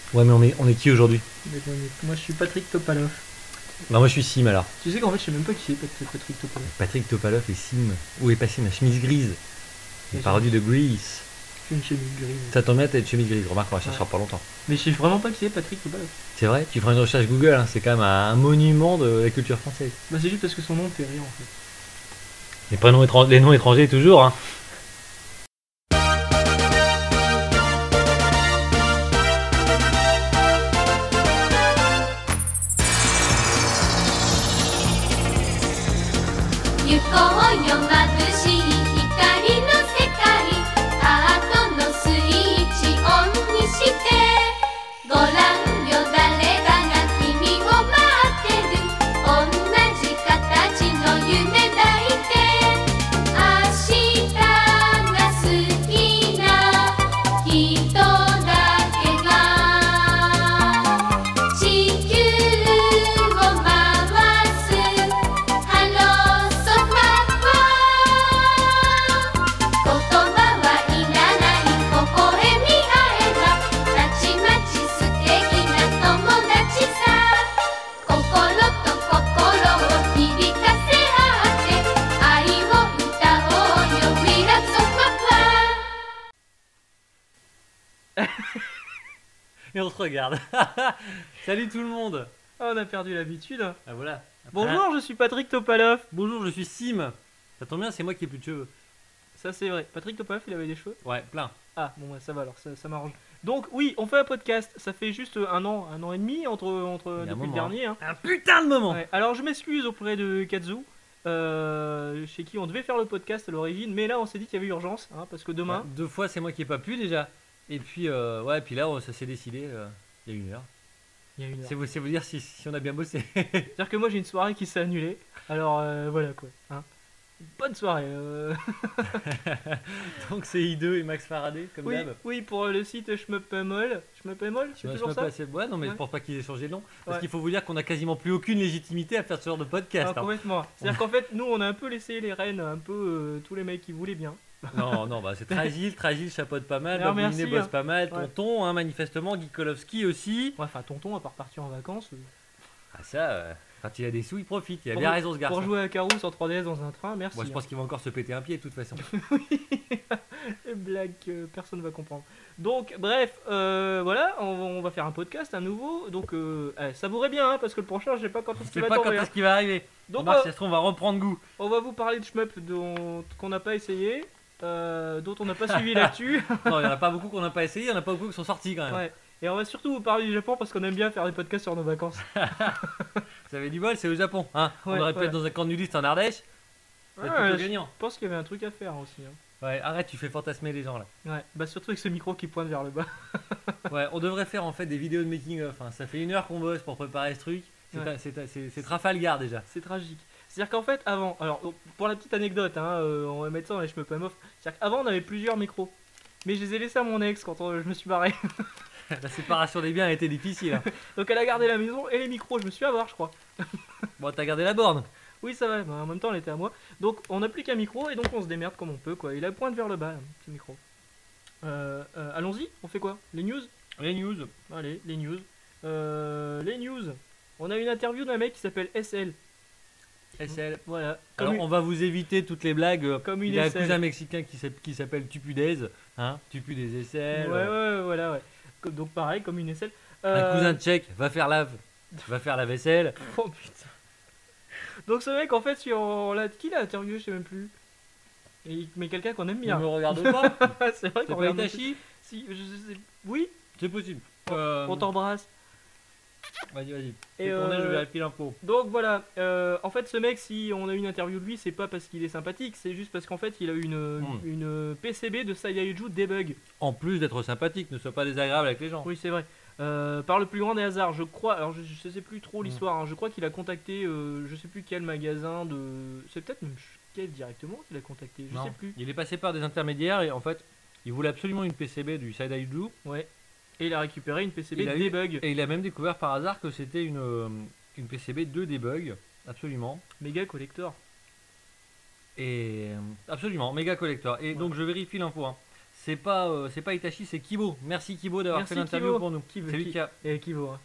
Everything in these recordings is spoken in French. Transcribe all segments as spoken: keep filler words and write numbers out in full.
Ouais, mais on est, on est qui aujourd'hui? Mais on est- Moi je suis Patrick Topalov. Bah, moi je suis Sim alors. Tu sais qu'en fait je sais même pas qui c'est Pat- Patrick Topalov. Patrick Topalov et Sim. Où est passée ma chemise grise? Une Et parodie de Grease. J'ai une chemise grise. Ça tombe bien, t'as une chemise grise. Remarque, on la cherchera Ouais. pas longtemps. Mais je sais vraiment pas qui c'est Patrick Topalov. C'est vrai, tu feras une recherche Google, hein, c'est quand même un, un monument de la culture française. Bah c'est juste parce que son nom me fait rire en fait. Les prénoms étrangers, les noms étrangers toujours, hein. Et on se regarde. Salut tout le monde. Ah on a perdu l'habitude. Ah voilà. Bonjour, je suis Patrick Topalov. Bonjour, je suis Sim. Ça tombe bien, c'est moi qui ai plus de cheveux. Ça c'est vrai. Patrick Topalov il avait des cheveux. Ouais, plein. Ah bon bah ça va alors, ça, ça m'arrange. Donc oui, on fait un podcast. Ça fait juste un an, un an et demi entre, entre Il y a un depuis le moment, dernier. Hein. Un putain de moment. Ouais. Alors je m'excuse auprès de Katsu, euh, chez qui on devait faire le podcast à l'origine, mais là on s'est dit qu'il y avait urgence, hein, parce que demain. Ouais, deux fois, c'est moi qui ai pas pu déjà. Et puis, euh, ouais, puis là, ça s'est décidé euh, il y a une heure. Il y a une heure. C'est vous, c'est vous dire si, si on a bien bossé. C'est-à-dire que moi j'ai une soirée qui s'est annulée. Alors euh, voilà quoi. Hein. Bonne soirée. Euh... Donc c'est I deux et Max Faraday, comme oui, d'hab. oui, pour le site Schmeppemol. Schmeppemol, c'est Ouais, toujours je ça me passe- Ouais, non, mais Ouais. je pense pas qu'ils aient changé de nom. Parce Ouais. qu'il faut vous dire qu'on a quasiment plus aucune légitimité à faire ce genre de podcast. Ah, hein. complètement. C'est-à-dire qu'en fait, nous on a un peu laissé les rênes, un peu euh, tous les mecs qui voulaient bien. Non, non, bah c'est Tragile, Tragile chapeaute pas mal, Alors, Baboulinet merci, bosse hein. pas mal, Ouais. Tonton, hein, manifestement, Gikolowski aussi. Ouais, enfin, tonton, à part partir en vacances. euh, Ah ça, euh, quand il a des sous, il profite, il a Pour bien jou- raison ce garçon. Pour jouer à Carous en trois D S dans un train, merci. Moi je hein. pense qu'il va encore se péter un pied de toute façon. Les blagues que personne va comprendre. Donc, bref, euh, voilà, on, on va faire un podcast à nouveau. Donc, euh, eh, savourez bien, hein, parce que le prochain, je sais pas quand Je est-ce sais qu'il va pas quand tomber. est-ce hein. qu'il va arriver. Donc, Remarque, euh, si ça se trouve, on va reprendre goût. on va vous parler de shmup dont qu'on n'a pas essayé, euh, dont on n'a pas suivi là-dessus. Non, il y en a pas beaucoup qu'on n'a pas essayé, il y en a pas beaucoup qui sont sortis quand même. Ouais. Et on va surtout vous parler du Japon parce qu'on aime bien faire des podcasts sur nos vacances. Vous avez du bol, c'est au Japon. Hein. on Ouais, aurait pu ouais. être dans un camp nudiste en Ardèche. C'est Ouais, plutôt je gagnant. pense qu'il y avait un truc à faire aussi. hein. Ouais, arrête, tu fais fantasmer les gens là. Ouais, bah surtout avec ce micro qui pointe vers le bas. Ouais, on devrait faire en fait des vidéos de making of. hein. Ça fait une heure qu'on bosse pour préparer ce truc. C'est Ouais. un- c'est un- c'est- c'est Trafalgar déjà. C'est tragique. C'est-à-dire qu'en fait, avant, alors pour la petite anecdote, hein, euh, on va mettre ça dans les cheveux pas off. C'est-à-dire qu'avant, on avait plusieurs micros. Mais je les ai laissés à mon ex quand on- je me suis barré. La séparation des biens a été difficile. hein. Donc elle a gardé la maison et les micros, je me suis fait avoir, je crois. Bon, t'as gardé la borne. Oui, ça va, bah, en même temps, elle était à moi. Donc on n'a plus qu'un micro et donc on se démerde comme on peut, quoi. Il a pointe vers le bas, hein, ce micro. Euh, euh, Allons-y, on fait quoi? Les news? Les news. Allez, les news. Euh, les news. On a une interview d'un mec qui s'appelle S L. S L. Voilà. Comme Alors, une- on va vous éviter toutes les blagues. euh, Comme une Il y a un S L. cousin mexicain qui s'app- qui s'appelle Tupudez. Hein Tupudez S L. Ouais, ouais, ouais, voilà, ouais. Comme- Donc pareil, comme une S L. Un Euh, cousin tchèque va faire la, va faire la vaisselle. Oh putain. Donc ce mec en fait sur la qui l'a interviewé, je sais même plus. Et, mais quelqu'un qu'on aime Ne bien. me regarde pas. C'est vrai C'est qu'on pas regarde. Itachi. Si, je sais. Oui, C'est possible. On- Euh, on t'embrasse. Vas-y, vas-y. Et Fais tourner, euh, je vérifie l'info. Donc voilà, euh, en fait ce mec, si on a une interview de lui, c'est pas parce qu'il est sympathique, c'est juste parce qu'en fait il a eu une, Hmm. une P C B de Saiyajiju Debug. En plus d'être sympathique, ne sois pas désagréable avec les gens. Oui, c'est vrai. Euh, par le plus grand des hasards, je crois, alors je, je sais plus trop Hmm. l'histoire, hein, je crois qu'il a contacté, euh, je sais plus quel magasin de. C'est peut-être même quel directement qu'il a contacté, je Non. sais plus. Il est passé par des intermédiaires et en fait, il voulait absolument une P C B du Saiyajiju Ouais. Et il a récupéré une P C B Il a eu- Debug. et il a même découvert par hasard que c'était une, euh, une P C B de debug. Absolument. Méga collector. Et euh, absolument, méga collector. Et Ouais. donc je vérifie l'info. hein. c'est pas, euh, c'est pas Itachi, c'est Kibo. Merci Kibo d'avoir Merci, fait l'interview Kibo. pour nous. Qui- C'est lui qui- qui a. Et qui vaut, hein.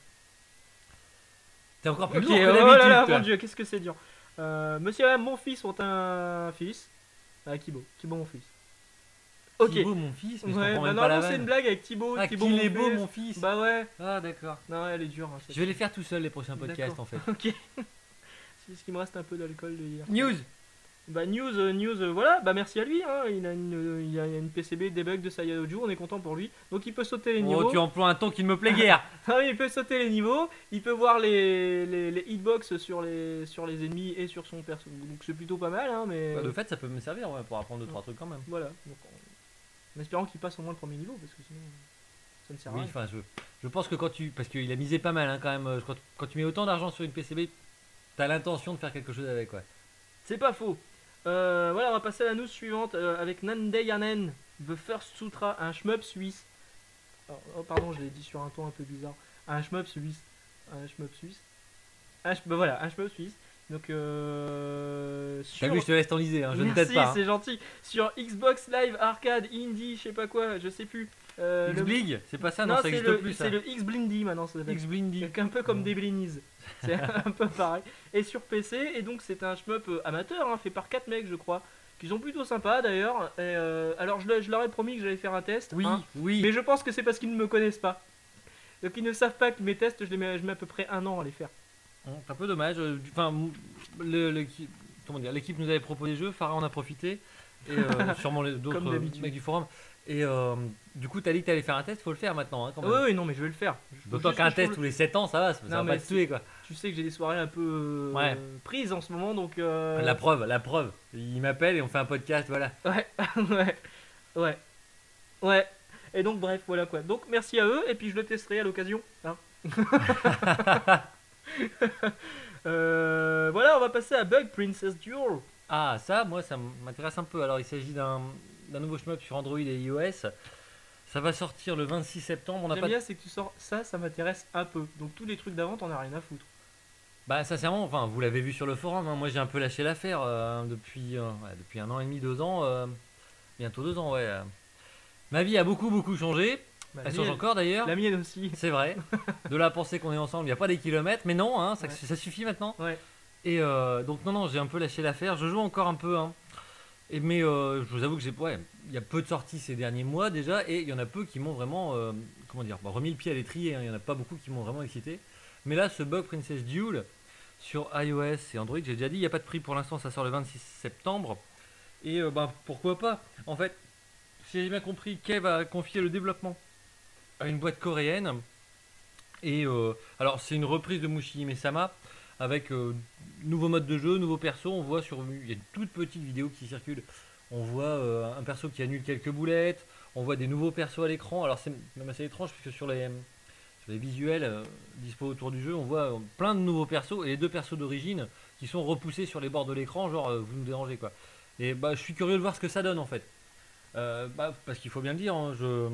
T'es encore plus Ok, lourd que oh là là, d'habitude. mon dieu, qu'est-ce que c'est dur. Euh, monsieur et madame, mon fils ont un fils. Ah, Kibo. Kibo, mon fils. Ok. Thibaut, mon fils, mais je Ouais, comprends bah même pas la non, c'est vanne. une blague avec Thibaut. Ah, Thibaut, qu'il mon est beau, fils. mon fils. Bah ouais. Ah, d'accord. Non, elle est dure. Hein, Je vais les faire tout seul les prochains podcasts D'accord. en fait. Ok. C'est ce qui me reste un peu d'alcool de hier. News. Bah news, euh, news, euh, voilà, bah merci à lui, hein. il, a une, euh, il a une P C B debug de Sayaoju, on est content pour lui. Donc il peut sauter les niveaux. Oh, tu emploies un ton qui ne me plaît guère. Ah oui, il peut sauter les niveaux, il peut voir les, les, les hitbox sur les, sur les ennemis et sur son perso. Donc c'est plutôt pas mal, hein, mais... Bah, de fait, ça peut me servir ouais, pour apprendre deux trois trucs quand même. Voilà, donc en, en espérant qu'il passe au moins le premier niveau, parce que sinon ça ne sert à Oui, rien. enfin, je, je pense que quand tu. Parce qu'il a misé pas mal hein, quand même. euh, Quand, quand tu mets autant d'argent sur une P C B, t'as l'intention de faire quelque chose avec, ouais. C'est pas faux. Euh, voilà, on va passer à la news suivante euh, avec Nandeyanen, The First Sutra, un shmup suisse. Oh, oh, pardon, je l'ai dit sur un ton un peu bizarre. Un shmup suisse. Un shmup suisse. Un sh- bah voilà, un shmup suisse. Donc, euh, T'as sur... vu, je te laisse t'enliser, hein, je ne t'aide Merci, pas. Hein. c'est gentil. Sur Xbox Live Arcade Indie, je sais pas quoi, je sais plus. Euh, le- X-Blig, c'est pas ça, non, non, ça c'est existe le, plus ça. c'est le X-Blindy maintenant, ça s'appelle. X-Blindy. Un peu comme Non. des blinis. C'est un peu pareil. Et sur P C, et donc c'est un shmup euh, amateur, hein, fait par quatre mecs, je crois, qui sont plutôt sympas d'ailleurs. Et, euh, alors je, le- je leur ai promis que j'allais faire un test. Oui, hein, oui. mais je pense que c'est parce qu'ils ne me connaissent pas. Donc ils ne savent pas que mes tests, je, les mets, je mets à peu près un an à les faire. Bon, c'est un peu dommage. euh, du- Enfin, m- le, le- qui- comment dire, l'équipe nous avait proposé des jeux, Farah en a profité. Et euh, sûrement les- d'autres Comme euh, d'habitude. mecs du forum. Et euh, du coup, t'as dit que t'allais faire un test, faut le faire maintenant. Hein, quand Oui, même. oui, non, mais je vais le faire. Je- faut D'autant juste qu'un que je test trouve tous les sept ans, ça va, ça, ça Non, va mais pas te tuer quoi. le- Tu sais que j'ai des soirées un peu euh, Ouais. prises en ce moment, donc. euh, La preuve, la preuve. Il m'appelle et on fait un podcast, voilà. Ouais, ouais, ouais, ouais. Et donc bref, voilà quoi. Donc merci à eux et puis je le testerai à l'occasion. hein. Euh, voilà, on va passer à Bug Princess Duel. Ah, ça, moi, ça m'intéresse un peu. Alors, il s'agit d'un d'un nouveau shmup sur Android et iOS. Ça va sortir le vingt-six septembre. On n'a J'aime pas. bien, c'est que tu sors ça, ça m'intéresse un peu. Donc tous les trucs d'avant, t'en as rien à foutre. Bah, sincèrement, enfin, vous l'avez vu sur le forum. Hein, moi, j'ai un peu lâché l'affaire euh, depuis, euh, ouais, depuis un an et demi, deux ans. euh, bientôt deux ans, ouais. euh. Ma vie a beaucoup, beaucoup changé. Bah, Elle la change mienne- encore d'ailleurs. La mienne aussi. C'est vrai. De là à penser qu'on est ensemble, il n'y a pas des kilomètres. Mais non, hein, ça, Ouais. ça suffit maintenant. Ouais. Et euh, donc, non, non, j'ai un peu lâché l'affaire. Je joue encore un peu. Hein. Et, mais euh, je vous avoue que j'ai, ouais, il y a peu de sorties ces derniers mois déjà. Et il y en a peu qui m'ont vraiment, euh, comment dire, bah, remis le pied à l'étrier. hein, Il y en a pas beaucoup qui m'ont vraiment excité. Mais là, ce Bug Princess Duel sur iOS et Android, j'ai déjà dit, il n'y a pas de prix pour l'instant. Ça sort le vingt-six septembre. Et euh, bah, pourquoi pas. En fait, si j'ai bien compris, Kev a confié le développement à une boîte coréenne. Et euh, alors, c'est une reprise de Mushihime Sama avec euh, nouveau mode de jeu, nouveau perso. On voit sur. Il y a une toute petite vidéo qui circule. On voit euh, un perso qui annule quelques boulettes. On voit des nouveaux persos à l'écran. Alors, c'est même assez étrange puisque sur les, sur les visuels euh, dispo autour du jeu, on voit euh, plein de nouveaux persos et les deux persos d'origine qui sont repoussés sur les bords de l'écran. Genre, euh, vous nous dérangez quoi. Et bah, je suis curieux de voir ce que ça donne en fait. Euh, bah, parce qu'il faut bien le dire, hein, je...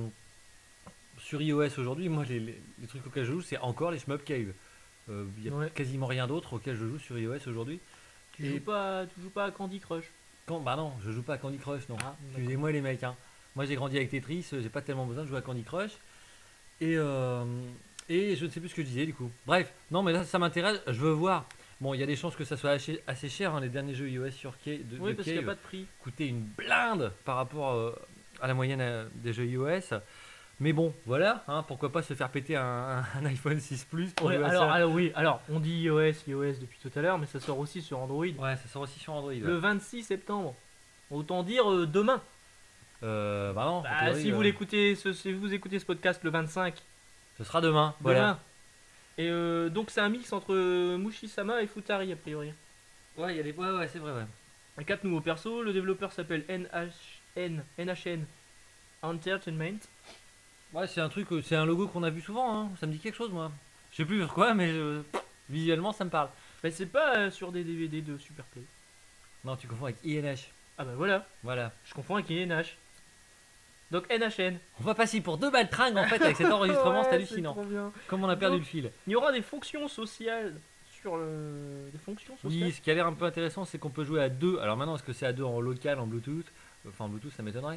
sur iOS aujourd'hui, moi les, les- les trucs auxquels je joue, c'est encore les shmup cave. Il n'y a Ouais. quasiment rien d'autre auquel je joue sur iOS aujourd'hui. Tu Et- joues pas, tu joues pas à Candy Crush. Quand, bah non, je joue pas à Candy Crush, non. Ah, Excusez-moi les mecs. Hein. Moi j'ai grandi avec Tetris, euh, j'ai pas tellement besoin de jouer à Candy Crush. Et, euh, et je ne sais plus ce que je disais du coup. Bref, non mais là ça m'intéresse, je veux voir. Bon, il y a des chances que ça soit assez, assez cher, hein, les derniers jeux iOS sur Cave, de, Oui, de parce qu'il n'y a Cave pas de prix. coûtaient une blinde par rapport euh, à la moyenne euh, des jeux iOS. Mais bon, voilà, hein, pourquoi pas se faire péter un, un- un iPhone six Plus pour Ouais, jouer à alors, ça. alors oui, alors on dit iOS, iOS depuis tout à l'heure, mais ça sort aussi sur Android. Ouais, ça sort aussi sur Android. ouais. Le vingt-six septembre. Autant dire euh, demain. Euh, bah non, a Bah, priori, si, vous euh, l'écoutez, ce- si vous écoutez ce podcast le vingt-cinq, ce sera demain. Voilà. demain. Et euh, donc c'est un mix entre euh, Mushi-sama et Futari a priori. Ouais, il y a des. Ouais, ouais, c'est vrai, ouais. Un quatre nouveaux persos, le développeur s'appelle N H N N H N Entertainment. Ouais, c'est un truc, euh, c'est un logo qu'on a vu souvent, hein. Ça me dit quelque chose, moi. Je sais plus quoi, mais euh, visuellement, ça me parle. Mais c'est pas euh, sur des D V D de Superplay. Non, tu confonds avec I N H. Ah bah voilà, Voilà. je confonds avec N H. Donc N H N. On va passer pour deux baltringues en fait avec cet enregistrement, c'est Ouais, hallucinant. trop bien. Comme on a perdu Donc, le fil. Il y aura des fonctions sociales sur le... Des fonctions sociales. Oui, ce qui a l'air un peu intéressant, c'est qu'on peut jouer à deux. Alors maintenant, est-ce que c'est à deux en local, en Bluetooth? Enfin, en Bluetooth, ça m'étonnerait.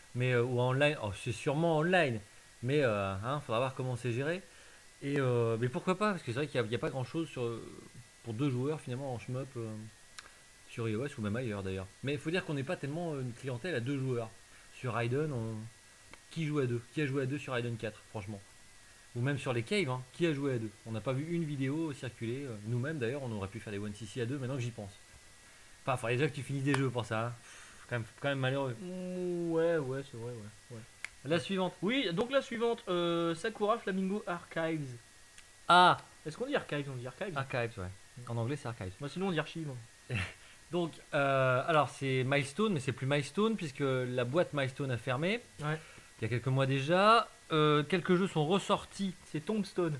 mais euh, ou en online. Oh, c'est sûrement online, mais euh, hein, faudra voir comment c'est géré. Et euh, mais pourquoi pas, parce que c'est vrai qu'il n'y a, il y a pas grand chose sur, pour deux joueurs finalement en shmup euh, sur iOS ou même ailleurs d'ailleurs. Mais il faut dire qu'on n'est pas tellement une clientèle à deux joueurs. Sur Raiden, on... qui joue à deux Qui a joué à deux sur Raiden quatre, franchement? Ou même sur les caves, hein, qui a joué à deux? On n'a pas vu une vidéo circuler. euh, Nous-mêmes d'ailleurs, on aurait pu faire des one C C à deux maintenant que j'y pense. Enfin, il faudrait déjà que tu finisses des jeux pour ça. Hein. Pff, Quand même, quand même malheureux. Mm, Ouais, ouais, c'est vrai, ouais. ouais. La suivante. Oui, donc la suivante, euh, Sakura Flamingo Archives. Ah, Est-ce qu'on dit Archives? On dit Archives. Archives, ouais. En anglais, c'est Archives. Moi, sinon, on dit Archive. Donc, euh, alors c'est Milestone, mais c'est plus Milestone puisque la boîte Milestone a fermé. Ouais. Il y a quelques mois déjà. Euh, quelques jeux sont ressortis. C'est Tombstone.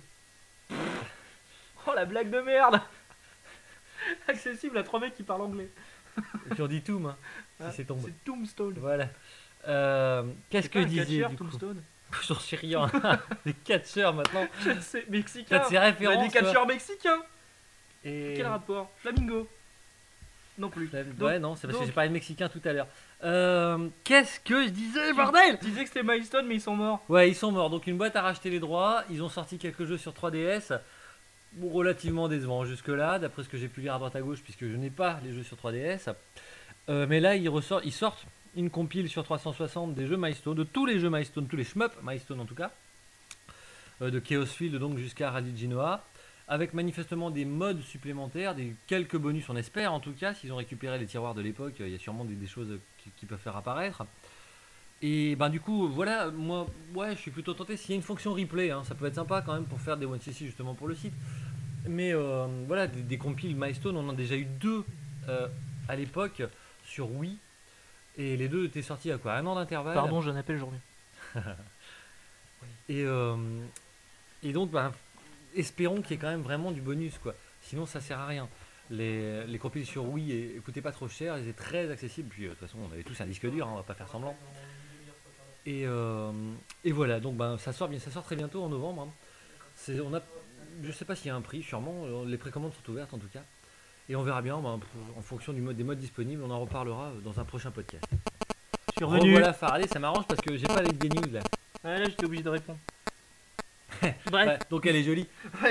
Oh la blague de merde. Accessible à trois mecs qui parlent anglais. J'en dis tout, moi. Ah, Si c'est tombé. C'est Tombstone. Voilà. Euh, Qu'est-ce C'est que pas un disait catcheur, du coup Tombstone. J'en sais rien. Des catcheurs maintenant. C'est mexicain. T'as de ces Bah, références. des catcheurs mexicains. toi. Et... Quel rapport? Flamingo. Non plus. Ouais, Donc- non, c'est parce donc- que j'ai parlé de mexicain tout à l'heure. Euh, Qu'est-ce que je disais, bordel? Tu disais que c'était Milestone, mais ils sont morts. Ouais, ils sont morts. Donc une boîte a racheté les droits. Ils ont sorti quelques jeux sur trois D S. Bon, relativement décevants jusque-là, d'après ce que j'ai pu lire à droite à gauche, puisque je n'ai pas les jeux sur trois D S. Euh, mais là, ils, ressortent, ils sortent une compile sur trois cent soixante des jeux Milestone, de tous les jeux Milestone, tous les shmup Milestone en tout cas, euh, de Chaos Field donc jusqu'à Raditz Genoa, avec manifestement des modes supplémentaires, des quelques bonus, on espère en tout cas, s'ils ont récupéré les tiroirs de l'époque, il y a sûrement des, des choses qui, qui peuvent faire apparaître. Et ben du coup, voilà, moi, ouais, je suis plutôt tenté. S'il y a une fonction replay, hein, ça peut être sympa quand même pour faire des one C C justement pour le site. Mais euh, voilà, des, des compiles Milestone, on en a déjà eu deux euh, à l'époque sur Wii. Et les deux étaient sortis à quoi? Un an d'intervalle. Pardon, j'en appelle journée. Et, euh, et donc, ben, espérons qu'il y ait quand même vraiment du bonus, quoi. Sinon, ça sert à rien. Les, les compiles sur Wii et, et coûtaient pas trop cher, ils étaient très accessibles. Puis, euh, de toute façon, on avait tous un disque dur, hein, on va pas faire semblant. Et, euh, et voilà, donc ben, ça, sort bien, ça sort très bientôt en novembre. Hein. C'est- On a, je sais pas s'il y a un prix, sûrement. euh, Les précommandes sont ouvertes en tout cas. Et on verra bien ben, pour- en fonction du mode, des modes disponibles. On en reparlera dans un prochain podcast. Je suis revenu. Voilà Faraday, ça m'arrange parce que j'ai pas les des news là. Ouais, là, j'étais obligé de répondre. Ouais, Bref. donc elle est jolie.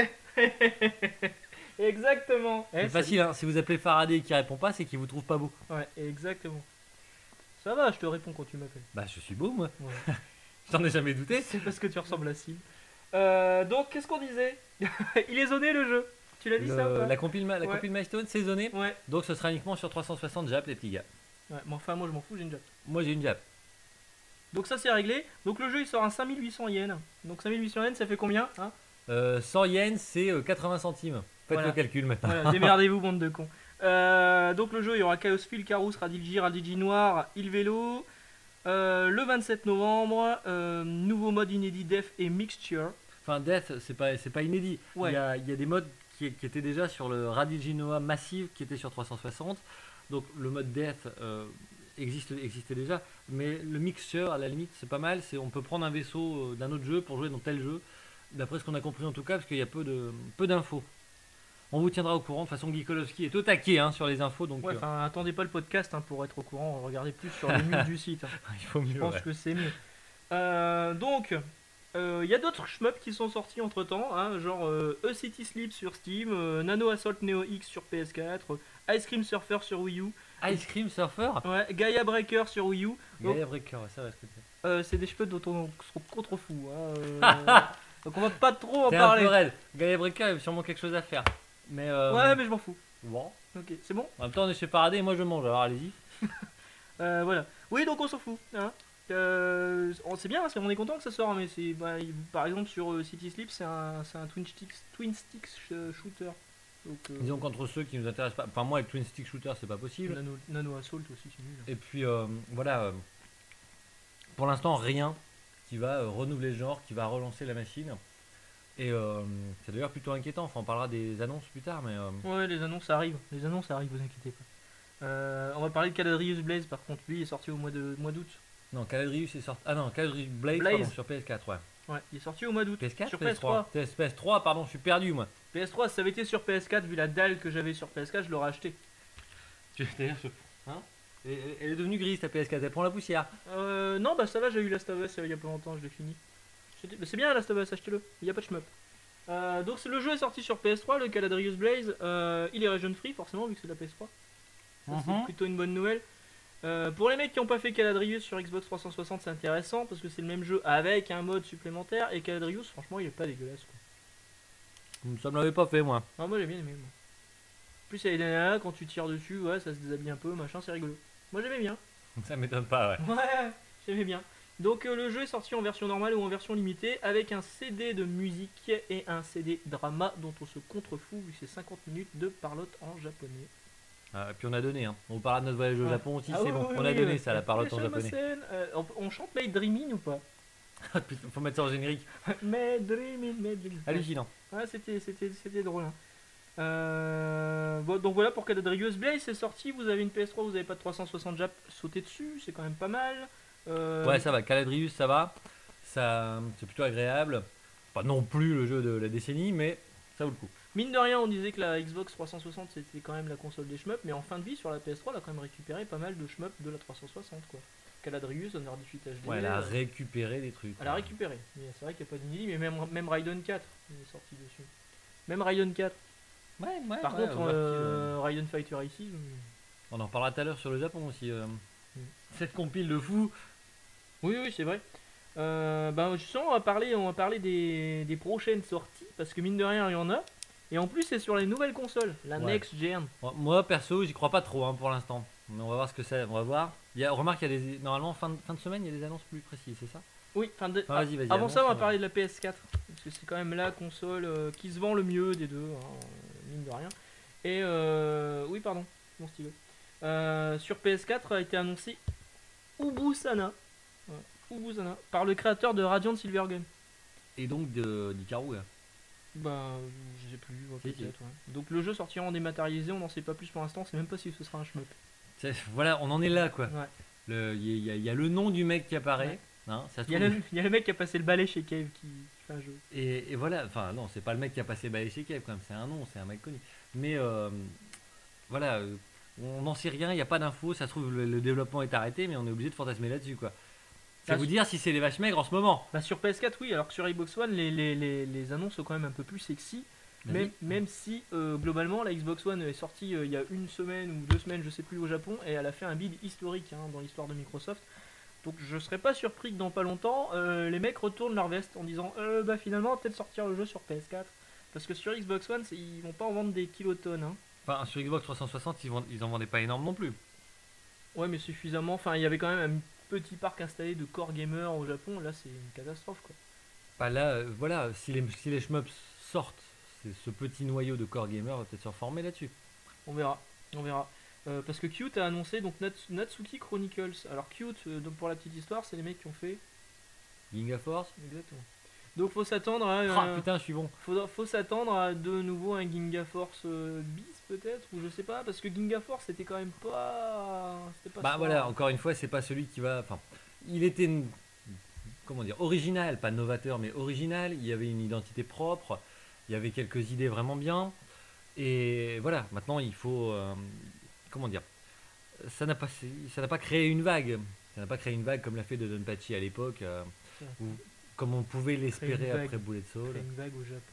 Exactement. Eh, C'est ça- facile, hein. Si vous appelez Faraday et qu'il répond pas, c'est qu'il vous trouve pas beau. Ouais, exactement. Ça va, je te réponds quand tu m'appelles. Bah, je suis beau, moi. Ouais. J'en ai jamais douté. C'est parce que tu ressembles à Sim. Euh, donc, qu'est-ce qu'on disait? Il est zoné le jeu. Tu l'as dit Le- ça ou pas? la compile, ma- la Ouais. compile Milestone, c'est zoné. Ouais. Donc ce sera uniquement sur trois cent soixante Jap, les petits gars. Ouais, mais enfin, moi je m'en fous, j'ai une Jap. Moi, j'ai une Jap. Donc, ça c'est réglé. Donc, le jeu il sort à cinq mille huit cents yens. Donc, cinq mille huit cents yens, ça fait combien hein? Euh, cent yens, c'est euh, quatre-vingts centimes. Faites Voilà. le calcul maintenant. Voilà, démerdez-vous, bande de cons. Euh, donc, le jeu, il y aura Chaos Field, Carous, Radigi, Radigi Noir, Il Vélo. Euh, le vingt-sept novembre, euh, nouveau mode inédit Def et Mixture. Enfin, Death, c'est pas, c'est pas inédit. Ouais. Il, y a, il y a des modes qui, qui étaient déjà sur le Radiginoa Massive qui était sur trois cent soixante. Donc le mode Death euh, existe, existait déjà. Mais le Mixture, à la limite, c'est pas mal. C'est, on peut prendre un vaisseau euh, d'un autre jeu pour jouer dans tel jeu. D'après ce qu'on a compris en tout cas, parce qu'il y a peu, de, peu d'infos. On vous tiendra au courant. De toute façon, Geekolowski est au taquet hein, sur les infos. Donc Ouais, euh, enfin, attendez pas le podcast hein, pour être au courant. Regardez plus sur les news du site. hein. il faut mieux. Je pense ouais. que c'est mieux. Euh, donc, il y a d'autres shmups qui sont sortis entre temps, genre euh, A City Sleep sur Steam, euh, Nano Assault Neo X sur P S quatre, euh, Ice Cream Surfer sur Wii U, Ice Cream Surfer. ouais, Gaia Breaker sur Wii U. Donc, Gaia Breaker, ouais, ça va ce que c'est. euh, c'est des shmups dont on se contre fou. Hein, euh, donc on va pas trop en T'es un parler. peu raide. Gaia Breaker, il y a sûrement quelque chose à faire. Mais euh, Ouais, mais je m'en fous. bon. Ok, c'est bon. En même temps, on est chez Faraday et moi je mange, alors allez-y. Euh, voilà. Oui, donc on s'en fout. Hein. Euh, on- c'est bien, c'est- on est content que ça sort, mais c'est bah, il- par exemple sur euh, City Sleep, c'est un, c'est un twin sticks, twin sticks sh- shooter. Donc, euh, Disons qu'entre ceux qui nous intéressent pas, enfin moi avec Twin Stick Shooter c'est pas possible. Nano, Nano Assault aussi, c'est nul. Et puis euh, voilà, euh, pour l'instant rien qui va euh, renouveler le genre, qui va relancer la machine. Et euh, c'est d'ailleurs plutôt inquiétant, enfin on parlera des annonces plus tard, mais euh, Ouais, les annonces arrivent, les annonces arrivent, vous inquiétez pas. Euh, on va parler de Caladrius Blaze par contre, lui il est sorti au mois de mois d'août. non, Caladrius est sorti. Ah non, Caladrius Blaze, Blaze. pardon, sur P S quatre, ouais. Ouais, il est sorti au mois d'août. P S quatre, Sur P S trois. P S trois, pardon, je suis perdu moi. P S trois, si ça avait été sur P S quatre, vu la dalle que j'avais sur P S quatre, je l'aurais acheté. Tu- D'ailleurs, je- Elle, elle- elle est devenue grise ta P S quatre, elle prend la poussière. Euh, non, bah ça va, j'ai eu Last of Us euh, il y a pas longtemps, je l'ai fini. C'était- bah, c'est bien Last of Us, achetez-le, il n'y a pas de shmup. Euh, donc c'est- le jeu est sorti sur P S trois, le Caladrius Blaze. Euh, il est region free forcément vu que c'est de la P S trois. Ça c'est Mhm. plutôt une bonne nouvelle. Euh, pour les mecs qui n'ont pas fait Caladrius sur Xbox trois cent soixante, c'est intéressant parce que c'est le même jeu avec un mode supplémentaire. Et Caladrius, franchement, il est pas dégueulasse quoi. Ça me l'avait pas fait moi. Ah, moi j'ai bien aimé. Moi. En plus, il y a des nanas, quand tu tires dessus, ouais, ça se déshabille un peu, machin, c'est rigolo. Moi j'aimais bien. Ça m'étonne pas, ouais. Ouais, j'aimais bien. Donc euh, le jeu est sorti en version normale ou en version limitée avec un C D de musique et un C D drama dont on se contrefout vu que c'est cinquante minutes de parlotte en japonais. Ah, et puis on a donné, hein. On parlera de notre voyage au Ouais. Japon aussi, Ah c'est oui, bon. oui, On a oui, donné euh, ça, la parole en japonais. Shamasen, euh, on, on chante Made Dreamin' ou pas? Ah, putain, faut mettre ça en générique. Made Dreamin', Made Dreamin'. Hallucinant. Ouais, c'était, c'était, c'était drôle. Hein. Euh, bon, donc voilà pour Caladrius Blaze, c'est sorti. Vous avez une P S trois, vous avez pas de trois cent soixante Jap, sautez dessus, c'est quand même pas mal. Euh, Ouais, ça va. Caladrius, ça va. Ça, c'est plutôt agréable. Pas non plus le jeu de la décennie, mais ça vaut le coup. Mine de rien, on disait que la Xbox trois cent soixante c'était quand même la console des shmups, mais en fin de vie sur la P S trois, elle a quand même récupéré pas mal de shmups de la trois cent soixante quoi. Caladrius, Honor dix-huit H D. Ouais, elle a euh, récupéré des trucs. elle a récupéré. Mais c'est vrai qu'il n'y a pas d'inédit, mais même, même Raiden quatre il est sorti dessus. Même Raiden quatre. Ouais, ouais. Par ouais, contre, on, va- euh, Raiden Fighter ici. on en reparlera tout à l'heure sur le Japon aussi. euh. Mm. Cette compile de fou. Oui, oui, c'est vrai. Euh, bah, justement, on va parler, on va parler des, des prochaines sorties, parce que mine de rien, il y en a. Et en plus, c'est sur les nouvelles consoles, la Ouais. Next Gen. Bon, moi, perso, j'y crois pas trop hein, pour l'instant. Mais on va voir ce que c'est. On va voir. Il y a, remarque, il y a des. Normalement, fin de, fin de semaine, il y a des annonces plus précises, c'est ça? Oui, enfin, de- Ah, vas-y, vas-y, avant annonce, ça, on va on va. parler de la P S quatre, parce que c'est quand même la console euh, qui se vend le mieux des deux, hein, mine de rien. Et euh, oui, pardon, mon stylo. Euh, sur P S quatre a été annoncé Ubusana, ouais, Ubusana, par le créateur de Radiant Silvergun. Et donc de d'Ikaru. là. Bah, je sais plus, ouais, Si, peut-être. Ouais. Donc le jeu sortira en dématérialisé, on n'en sait pas plus pour l'instant, c'est même pas si ce sera un shmup. C'est- Voilà, on en est là, quoi. Ouais. Le- Il y, a- il y a le nom du mec qui apparaît. Ouais. Hein, ça se Il y, a trouve- le, il y a le mec qui a passé le balai chez Cave qui, qui fait un jeu. Et, et voilà, enfin non, c'est pas le mec qui a passé balai chez Kev quand même, c'est un nom, c'est un mec connu. Mais euh, voilà, euh, on n'en sait rien, il n'y a pas d'infos, ça se trouve le, le développement est arrêté, mais on est obligé de fantasmer là-dessus quoi. C'est Ah, vous su- dire si c'est les vaches maigres en ce moment. Bah sur P S quatre, oui, alors que sur Xbox One, les, les, les, les annonces sont quand même un peu plus sexy. Vas-y. Même, même si euh, globalement la Xbox One est sortie euh, il y a une semaine ou deux semaines, je sais plus, au Japon, et elle a fait un bid historique hein, dans l'histoire de Microsoft. Donc je serais pas surpris que dans pas longtemps, euh, les mecs retournent leur veste en disant euh, bah finalement peut-être sortir le jeu sur P S quatre. Parce que sur Xbox One, c'est- ils vont pas en vendre des kilotonnes. Hein. Enfin, sur Xbox trois cent soixante, ils, vend- ils en vendaient pas énorme non plus. Ouais, mais suffisamment. Enfin, il y avait quand même un petit parc installé de core gamers au Japon. Là, c'est une catastrophe quoi. Bah là, euh, voilà, si les, si les shmups sortent, c'est ce petit noyau de core gamer va peut-être se reformer là-dessus. On verra, on verra. Euh, parce que Cute a annoncé donc Nats- Natsuki Chronicles. Alors Cute, euh, donc pour la petite histoire, c'est les mecs qui ont fait. Ginga Force. Exactement. Donc faut s'attendre à. Ah euh, putain, je suis bon. faut, faut s'attendre à de nouveau un Ginga Force euh, bis peut-être ou je sais pas parce que Ginga Force c'était quand même pas. C'était pas Bah fort. voilà, encore une fois, c'est pas celui qui va. Enfin, il était, une- comment dire, original, pas novateur, mais original. Il y avait une identité propre. Il y avait quelques idées vraiment bien. Et voilà, maintenant il faut, euh, comment dire, ça n'a pas, ça n'a pas créé une vague. Ça n'a pas créé une vague comme l'a fait Dodonpachi à l'époque, euh, ou comme on pouvait l'espérer Créer une après vague. Bullet Soul. Créer une vague au Japon.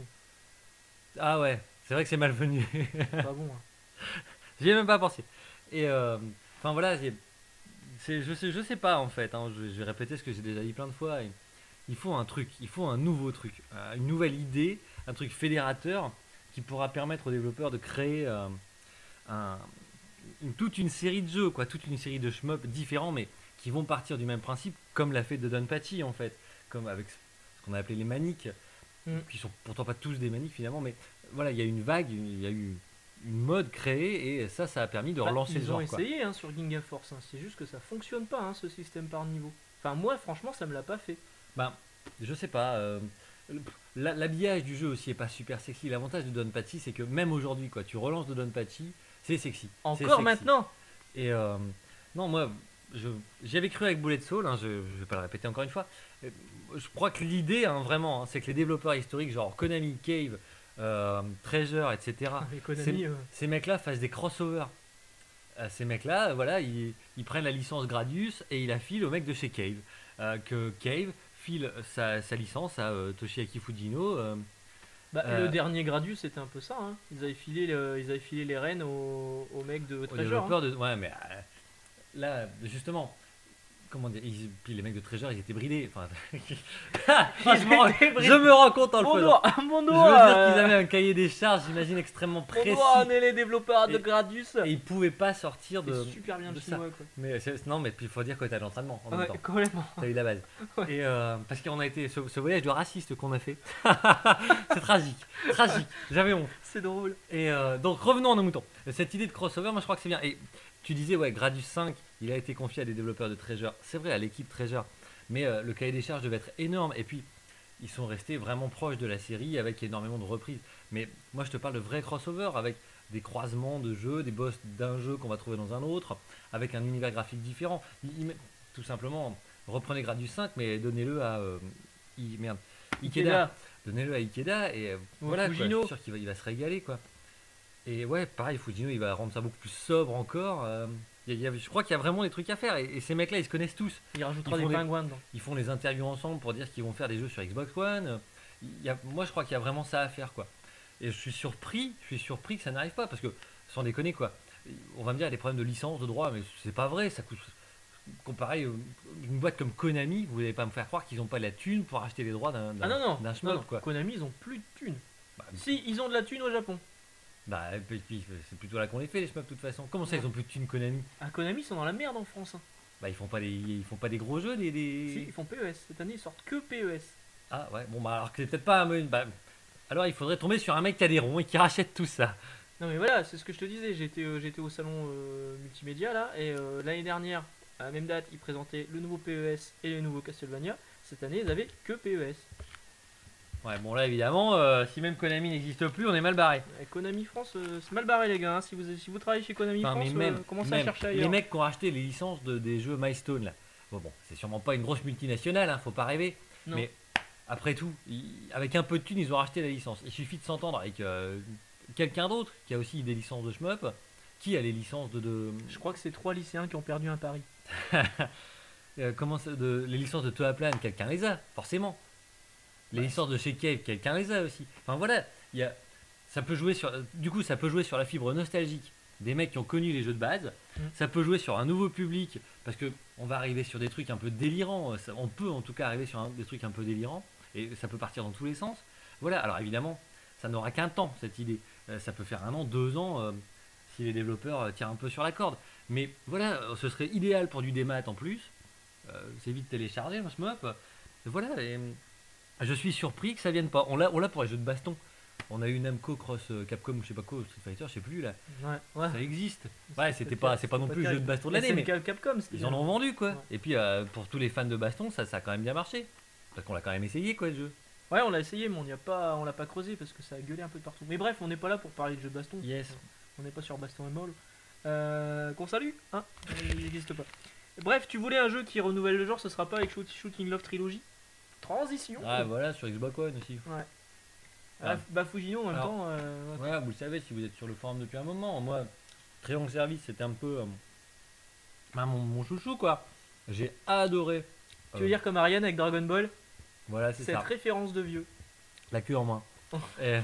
Ah ouais, c'est vrai que c'est malvenu. C'est pas bon. Hein. J'y ai même pas pensé. Et euh, enfin voilà, c'est, c'est- je sais, je sais pas en fait. hein, je, je vais répéter ce que j'ai déjà dit plein de fois. et il faut un truc, il faut un nouveau truc, euh, une nouvelle idée, un truc fédérateur qui pourra permettre aux développeurs de créer euh, un- une- toute une série de jeux, quoi, toute une série de shmups différents, mais qui vont partir du même principe, comme l'a fait Dodonpachi en fait, comme avec ce qu'on a appelé les maniques, Mm. qui sont pourtant pas tous des maniques finalement, mais voilà, il y a eu une vague, il y a eu une mode créée et ça, ça a permis de Bah, relancer ils le genre. ont quoi. essayé hein, sur Ginga Force. Hein. C'est juste que ça fonctionne pas hein, ce système par niveau. Enfin moi franchement ça me l'a pas fait. Bah, je sais pas. euh, le- la- L'habillage du jeu aussi est pas super sexy. L'avantage de Donpachi, c'est que même aujourd'hui, quoi, tu relances de Donpachi, c'est sexy. C'est Encore sexy. maintenant. Et euh, non, moi, je- j'y avais cru avec Bullet Soul, hein, je, je vais pas le répéter encore une fois. Euh, Je crois que l'idée, hein, vraiment, hein, c'est que les développeurs historiques, genre Konami, Cave, euh, Treasure, et cetera, Avec Konami, euh, ces mecs-là fassent des crossovers euh, ces mecs-là, euh, voilà, ils, ils prennent la licence Gradius et ils la filent au mec de chez Cave. Euh, que Cave file sa, sa licence à euh, Toshiaki Fujino. euh, Bah, le euh, dernier Gradius c'était un peu ça, hein. Ils avaient filé, le- ils avaient filé les rênes au, au mec de au Treasure, hein. développeur de. Ouais, mais euh, là, justement, comment dire, ils- puis les mecs de Treasure, ils étaient bridés. Enfin, Ah, je, me rends, étaient bridés. je me rends compte en le Mon faisant. doigt, mon Je veux doigt, dire qu'ils euh, avaient un cahier des charges, j'imagine, extrêmement mon précis. doigt, on est les développeurs de Et- Gradius. Et ils pouvaient pas sortir C'est de. super bien de le ça. chinois, quoi. Mais c'est- non, mais puis il faut dire que t'as de l'entraînement en même Ouais, temps. complètement. T'as eu la base. Ouais. Et euh, parce qu'on a été ce, ce voyage de raciste qu'on a fait. C'est tragique, tragique. J'avais honte. C'est drôle. Et euh, donc revenons à nos moutons. Cette idée de crossover, moi je crois que c'est bien. Et tu disais ouais, Gradius cinq, il a été confié à des développeurs de Treasure. C'est vrai, à l'équipe Treasure. Mais euh, le cahier des charges devait être énorme. Et puis ils sont restés vraiment proches de la série avec énormément de reprises. Mais moi je te parle de vrai crossover avec des croisements de jeux, des boss d'un jeu qu'on va trouver dans un autre, avec un univers graphique différent. Il- il- tout simplement, reprenez Gradius cinq, mais donnez-le à euh, I- merde, Ikeda. Ikeda. Donnez-le à Ikeda et euh, Ou voilà, quoi, je Fujino. suis sûr qu'il va, il va se régaler quoi. Et ouais, pareil, Fujino il va rendre ça beaucoup plus sobre encore. euh, il y a- il y a- je crois qu'il y a vraiment des trucs à faire et, et ces mecs-là ils se connaissent tous. Il rajoutera Ils des font des- pingouins dedans. Ils font les interviews ensemble pour dire qu'ils vont faire des jeux sur Xbox One. Il y a- moi je crois qu'il y a vraiment ça à faire quoi. Et je suis surpris, je suis surpris que ça n'arrive pas parce que sans déconner quoi. On va me dire il y a des problèmes de licence, de droit, mais c'est pas vrai, ça coûte. Comparé à une boîte comme Konami, vous n'allez pas me faire croire qu'ils n'ont pas la thune pour acheter les droits d'un Ah non, non, d'un non, shmup non. quoi. Konami, ils ont plus de thunes. Bah, Si, ils ont de la thune au Japon. bah, et puis, puis, c'est plutôt là qu'on les fait les shmups de toute façon. Comment ça ils ont plus de thune Konami? Ah, Konami, ils sont dans la merde en France, hein. Bah ils font pas des, ils font pas des gros jeux, des. des- Si, ils font P E S. Cette année, ils sortent que P E S. Ah ouais, bon bah alors que c'est peut-être pas un. Bah, alors il faudrait tomber sur un mec qui a des ronds et qui rachète tout ça. Non, mais voilà, c'est ce que je te disais. J'étais euh, j'étais au salon euh, multimédia là, et euh, l'année dernière, à la même date, ils présentaient le nouveau P E S et le nouveau Castlevania. Cette année, ils avaient que P E S. Ouais, bon là évidemment, euh, si même Konami n'existe plus, on est mal barré. Et Konami France, euh, c'est mal barré, les gars, hein. Si vous, si vous travaillez chez Konami Enfin, France, mais même, euh, commencez même à chercher les ailleurs. mecs qui ont racheté les licences de, des jeux Milestone là. Bon bon, c'est sûrement pas une grosse multinationale, hein, faut pas rêver. Non. Mais après tout, ils- avec un peu de thunes, ils ont racheté la licence. Il suffit de s'entendre avec euh, quelqu'un d'autre qui a aussi des licences de shmup. Qui a les licences de, de Je crois que c'est trois lycéens qui ont perdu un pari. euh, comment ça- de les licences de Toaplan, quelqu'un les a forcément. Les Ouais. licences de chez Cave, quelqu'un les a aussi. Enfin voilà, il y a, ça peut jouer sur, du coup, ça peut jouer sur la fibre nostalgique des mecs qui ont connu les jeux de base. Mm. Ça peut jouer sur un nouveau public parce que on va arriver sur des trucs un peu délirants. Ça- on peut en tout cas arriver sur un- des trucs un peu délirants et ça peut partir dans tous les sens. Voilà. Alors évidemment, ça n'aura qu'un temps cette idée. Euh, ça peut faire un an, deux ans euh, si les développeurs euh, tirent un peu sur la corde. Mais voilà, euh, ce serait idéal pour du démat en plus. Euh, c'est vite téléchargé, un shmup. Voilà. Et, euh, je suis surpris que ça vienne pas. On l'a, on l'a pour les jeux de baston. On a eu Namco Cross euh, Capcom ou je sais pas quoi, Street Fighter, je sais plus là. Ouais, ouais. Ça existe. C'était Ouais, c'était pas, c'est pas non plus le jeu de baston de l'année, mais S N K Capcom, c'était ils en bien. ont vendu quoi. Ouais. Et puis euh, pour tous les fans de baston, ça, ça a quand même bien marché. Parce qu'on l'a quand même essayé quoi le jeu. Ouais, on l'a essayé, mais on n'y a pas, on l'a pas creusé parce que ça a gueulé un peu de partout. Mais bref, on n'est pas là pour parler de jeux de baston. Yes. On n'est pas sur Baston et Moll. Euh, qu'on salue, hein. Il n'existe pas. Bref, tu voulais un jeu qui renouvelle le genre, ce sera pas avec Shoot- Shooting Love Trilogy. Transition. Ah voilà, sur Xbox One aussi. Ouais. Ah. Ah, bah Fujino en même Alors, temps. euh, ouais. Ouais, vous le savez si vous êtes sur le forum depuis un moment. Moi, Triangle Service, c'était un peu euh, bah, mon, mon chouchou quoi. J'ai adoré. Tu veux dire comme Ariane avec Dragon Ball, Voilà, c'est cette ça. référence de vieux. La queue en main. Oh. Et,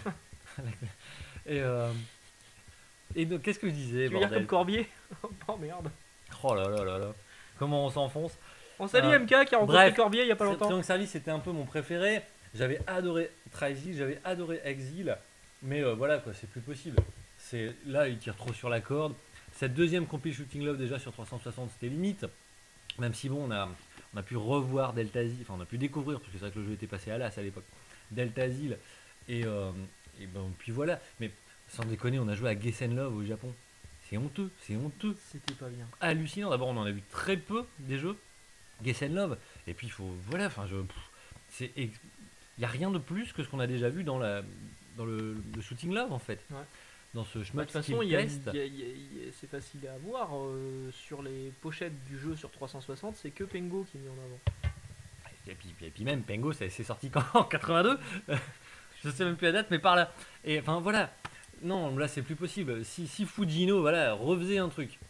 et, euh, et donc, qu'est-ce que je disais, Tu veux dire bordel comme Corbier. Oh merde. Oh là là là là. Comment on s'enfonce. On salue Euh, M K qui a rencontré bref, Corbier il y a pas Tri- longtemps. Triangle Service, c'était un peu mon préféré. J'avais adoré Trisil, j'avais adoré Exil. Mais euh, voilà, quoi, c'est plus possible. C'est, là, il tire trop sur la corde. Cette deuxième compil Shooting Love, déjà sur trois cent soixante, c'était limite. Même si, bon, on a, on a pu revoir Delta Zil, enfin, on a pu découvrir, parce que c'est vrai que le jeu était passé à l'as à l'époque. Delta Zil. Et, euh, et ben, puis voilà. Mais sans déconner, on a joué à Gessen Love au Japon. C'est honteux, c'est honteux. C'était pas bien. Hallucinant. D'abord, on en a vu très peu des jeux. Gessen Love. Et puis, il faut. Voilà, enfin, je. pff, c'est. Il n'y a rien de plus que ce qu'on a déjà vu dans, la, dans le, le Shooting Love, en fait. Ouais. Dans ce Bah, chemin De toute façon, il y a- il y a- il y a- il y a- c'est facile à voir. euh, sur les pochettes du jeu sur trois cent soixante, c'est que Pengo qui est mis en avant. Et puis, et puis même, Pengo, ça- c'est sorti quand en quatre-vingt-deux. Je sais même plus la date, mais par là. Et enfin, voilà. Non, là, c'est plus possible. Si, si Fujino, voilà, refaisait un truc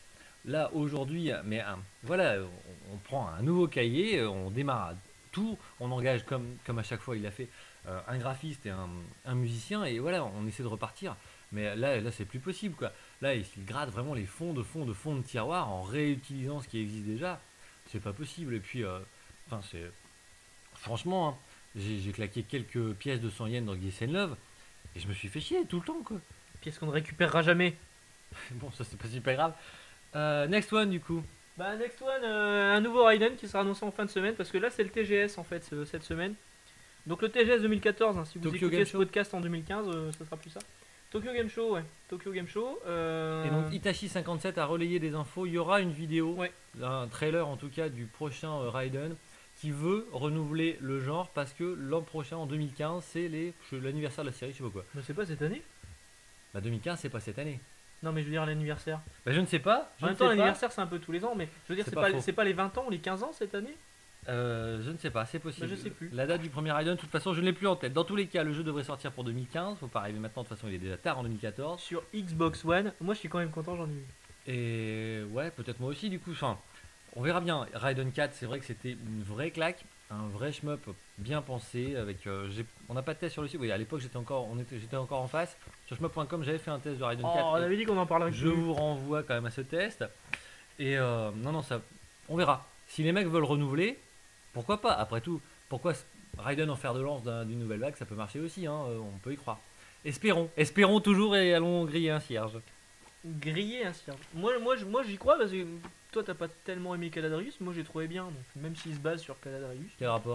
là aujourd'hui, mais euh, voilà, on, on prend un nouveau cahier, euh, on démarre tout, on engage comme, comme à chaque fois il a fait euh, un graphiste et un, un musicien et voilà, on essaie de repartir. Mais là, là c'est plus possible quoi. Là, il, il gratte vraiment les fonds de fonds de fonds de tiroirs en réutilisant ce qui existe déjà. C'est pas possible. Et puis, euh, enfin, c'est franchement, hein, j'ai j'ai claqué quelques pièces de cent yens dans Gessen Love et je me suis fait chier tout le temps quoi. Pièce qu'on ne récupérera jamais. Bon, ça c'est pas super grave. Euh, next one du coup. Bah, next one, euh, un nouveau Raiden qui sera annoncé en fin de semaine parce que là, c'est le T G S en fait ce- cette semaine. Donc, le T G S deux mille quatorze, hein, si vous Tokyo écoutez Game ce Show. podcast en deux mille quinze, euh, ça sera plus ça. Tokyo Game Show, ouais. Tokyo Game Show. euh, Et donc Itachi cinquante-sept a relayé des infos. Il y aura une vidéo, Ouais. un trailer en tout cas du prochain euh, Raiden qui veut renouveler le genre parce que l'an prochain en deux mille quinze c'est les je- l'anniversaire de la série, je sais pas quoi. Mais c'est pas cette année. Bah deux mille quinze c'est pas cette année. Non, mais je veux dire l'anniversaire. Bah je ne sais pas. Je En ne même temps, sais pas. l'anniversaire, c'est un peu tous les ans, mais je veux dire, C'est c'est pas pas, faux. c'est pas les vingt ans ou les quinze ans cette année. Euh, je ne sais pas, c'est possible. Bah, je sais plus. La date du premier Raiden, de toute façon, je ne l'ai plus en tête. Dans tous les cas, le jeu devrait sortir pour deux mille quinze. Faut pas arriver maintenant, de toute façon, il est déjà tard en deux mille quatorze. Sur Xbox One, moi je suis quand même content, j'en ai eu. Et ouais, peut-être moi aussi, du coup. Enfin, on verra bien. Raiden quatre, c'est vrai que c'était une vraie claque, un vrai shmup bien pensé. Avec, euh, j'ai- on n'a pas de test sur le site. Oui, à l'époque, j'étais encore, on était, j'étais encore en face. Sur shmup point com, j'avais fait un test de Raiden Oh, quatre. on et avait dit qu'on en parlerait je plus. vous renvoie quand même à ce test. Et euh, non, non, ça, on verra. Si les mecs veulent renouveler, pourquoi pas. Après tout, pourquoi s- Raiden en fer de lance d'un- d'une nouvelle vague, ça peut marcher aussi. Hein, euh, on peut y croire. Espérons, espérons toujours et allons griller un cierge. Griller un cierge. Moi, moi, je- moi j'y crois parce que toi t'as pas tellement aimé Caladrius, moi j'ai trouvé bien. Donc même s'il se base sur Caladrius, Quel rapport?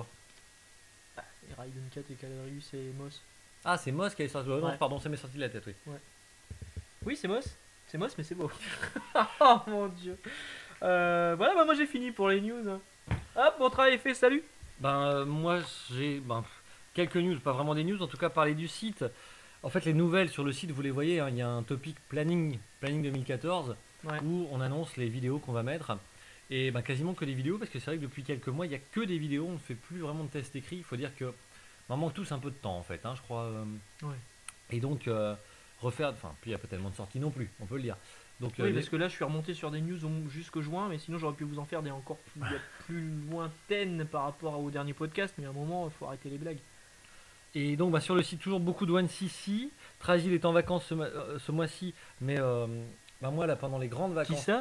et Raiden quatre et Caladrius et Moss. Ah, c'est Moss qui est sorti. Oh, non, Ouais. pardon, ça m'est sorti de la tête, oui. Oui, c'est Moss. C'est Moss, mais c'est beau. Oh mon dieu. Euh, voilà, bah moi j'ai fini pour les news. hein. Hop, mon travail est fait, salut. Ben, euh, moi, j'ai ben, pff, quelques news, pas vraiment des news, en tout cas parler du site. En fait, les nouvelles sur le site, vous les voyez, hein, il y a un topic planning, planning deux mille quatorze, Ouais. où on annonce les vidéos qu'on va mettre. Et ben, quasiment que des vidéos, parce que c'est vrai que depuis quelques mois, il n'y a que des vidéos, on ne fait plus vraiment de tests écrits. Il faut dire que ben, on manque tous un peu de temps, en fait, hein, je crois. euh. Ouais. Et donc, euh, refaire, enfin, puis il n'y a pas tellement de sorties non plus, on peut le dire. Donc, euh, Oui, les- parce que là je suis remonté sur des news au- jusqu'au juin, mais sinon j'aurais pu vous en faire des encore plus, plus lointaines par rapport au dernier podcast, mais à un moment il faut arrêter les blagues. Et donc bah, sur le site toujours beaucoup de One C C. Tragile est en vacances ce, ma- euh, ce mois-ci, mais euh, bah, moi là pendant les grandes Qui vacances, ça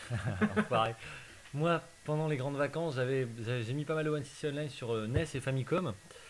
pareil. Moi pendant les grandes vacances j'avais j'avais- j'ai mis pas mal de One C C online sur euh, N E S et Famicom.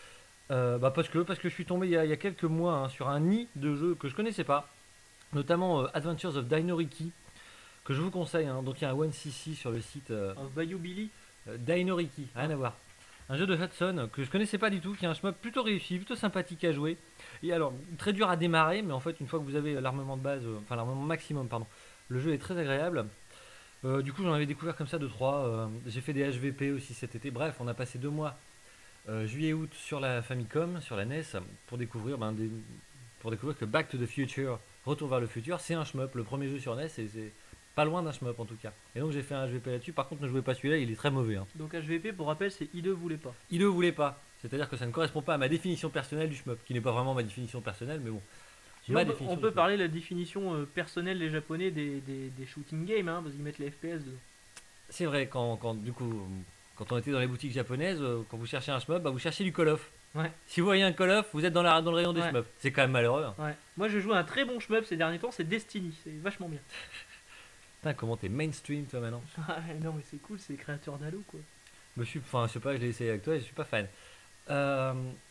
Euh, bah, parce que parce que je suis tombé il y a, il y a quelques mois hein, sur un nid de jeux que je connaissais pas, notamment euh, Adventures of Dino Riki que je vous conseille. hein. Donc il y a un One C C sur le site euh, Of Bayou Billy. euh, Dino Riki, rien à voir. Un jeu de Hudson que je connaissais pas du tout, qui est un shmup plutôt réussi, plutôt sympathique à jouer. Et alors, très dur à démarrer, mais en fait, une fois que vous avez l'armement de base, euh, enfin l'armement maximum, pardon, le jeu est très agréable. Euh, du coup, j'en avais découvert comme ça deux trois. euh, J'ai fait des H V P aussi cet été. Bref, on a passé deux mois, euh, juillet-août, sur la Famicom, sur la N E S, pour découvrir, ben, des- pour découvrir que Back to the Future, Retour vers le futur, c'est un shmup. Le premier jeu sur N E S, et c'est pas loin d'un shmup en tout cas. Et donc j'ai fait un H V P là-dessus. Par contre, ne jouez pas celui-là, il est très mauvais. hein. Donc H V P, pour rappel, c'est il ne voulait pas. Il ne voulait pas. C'est-à-dire que ça ne correspond pas à ma définition personnelle du shmup, qui n'est pas vraiment ma définition personnelle, mais bon. Sinon, Ma on peut, définition on du peut shmup. parler de la définition euh, personnelle des japonais des, des, des shooting games, hein, parce qu'ils mettent les F P S dedans. C'est vrai, quand, quand, du coup, quand on était dans les boutiques japonaises, euh, quand vous cherchez un shmup, bah, vous cherchez du Call of. Ouais. Si vous voyez un Call of, vous êtes dans, la, dans le rayon des Ouais. shmups. C'est quand même malheureux. hein. Ouais. Moi, je joue à un très bon shmup ces derniers temps, c'est Destiny, c'est vachement bien. Putain, comment t'es mainstream toi maintenant? Ah, non, mais c'est cool, c'est créateur d'Halo quoi. Je suis, enfin, je sais pas, je l'ai essayé avec toi et je suis pas fan. Euh,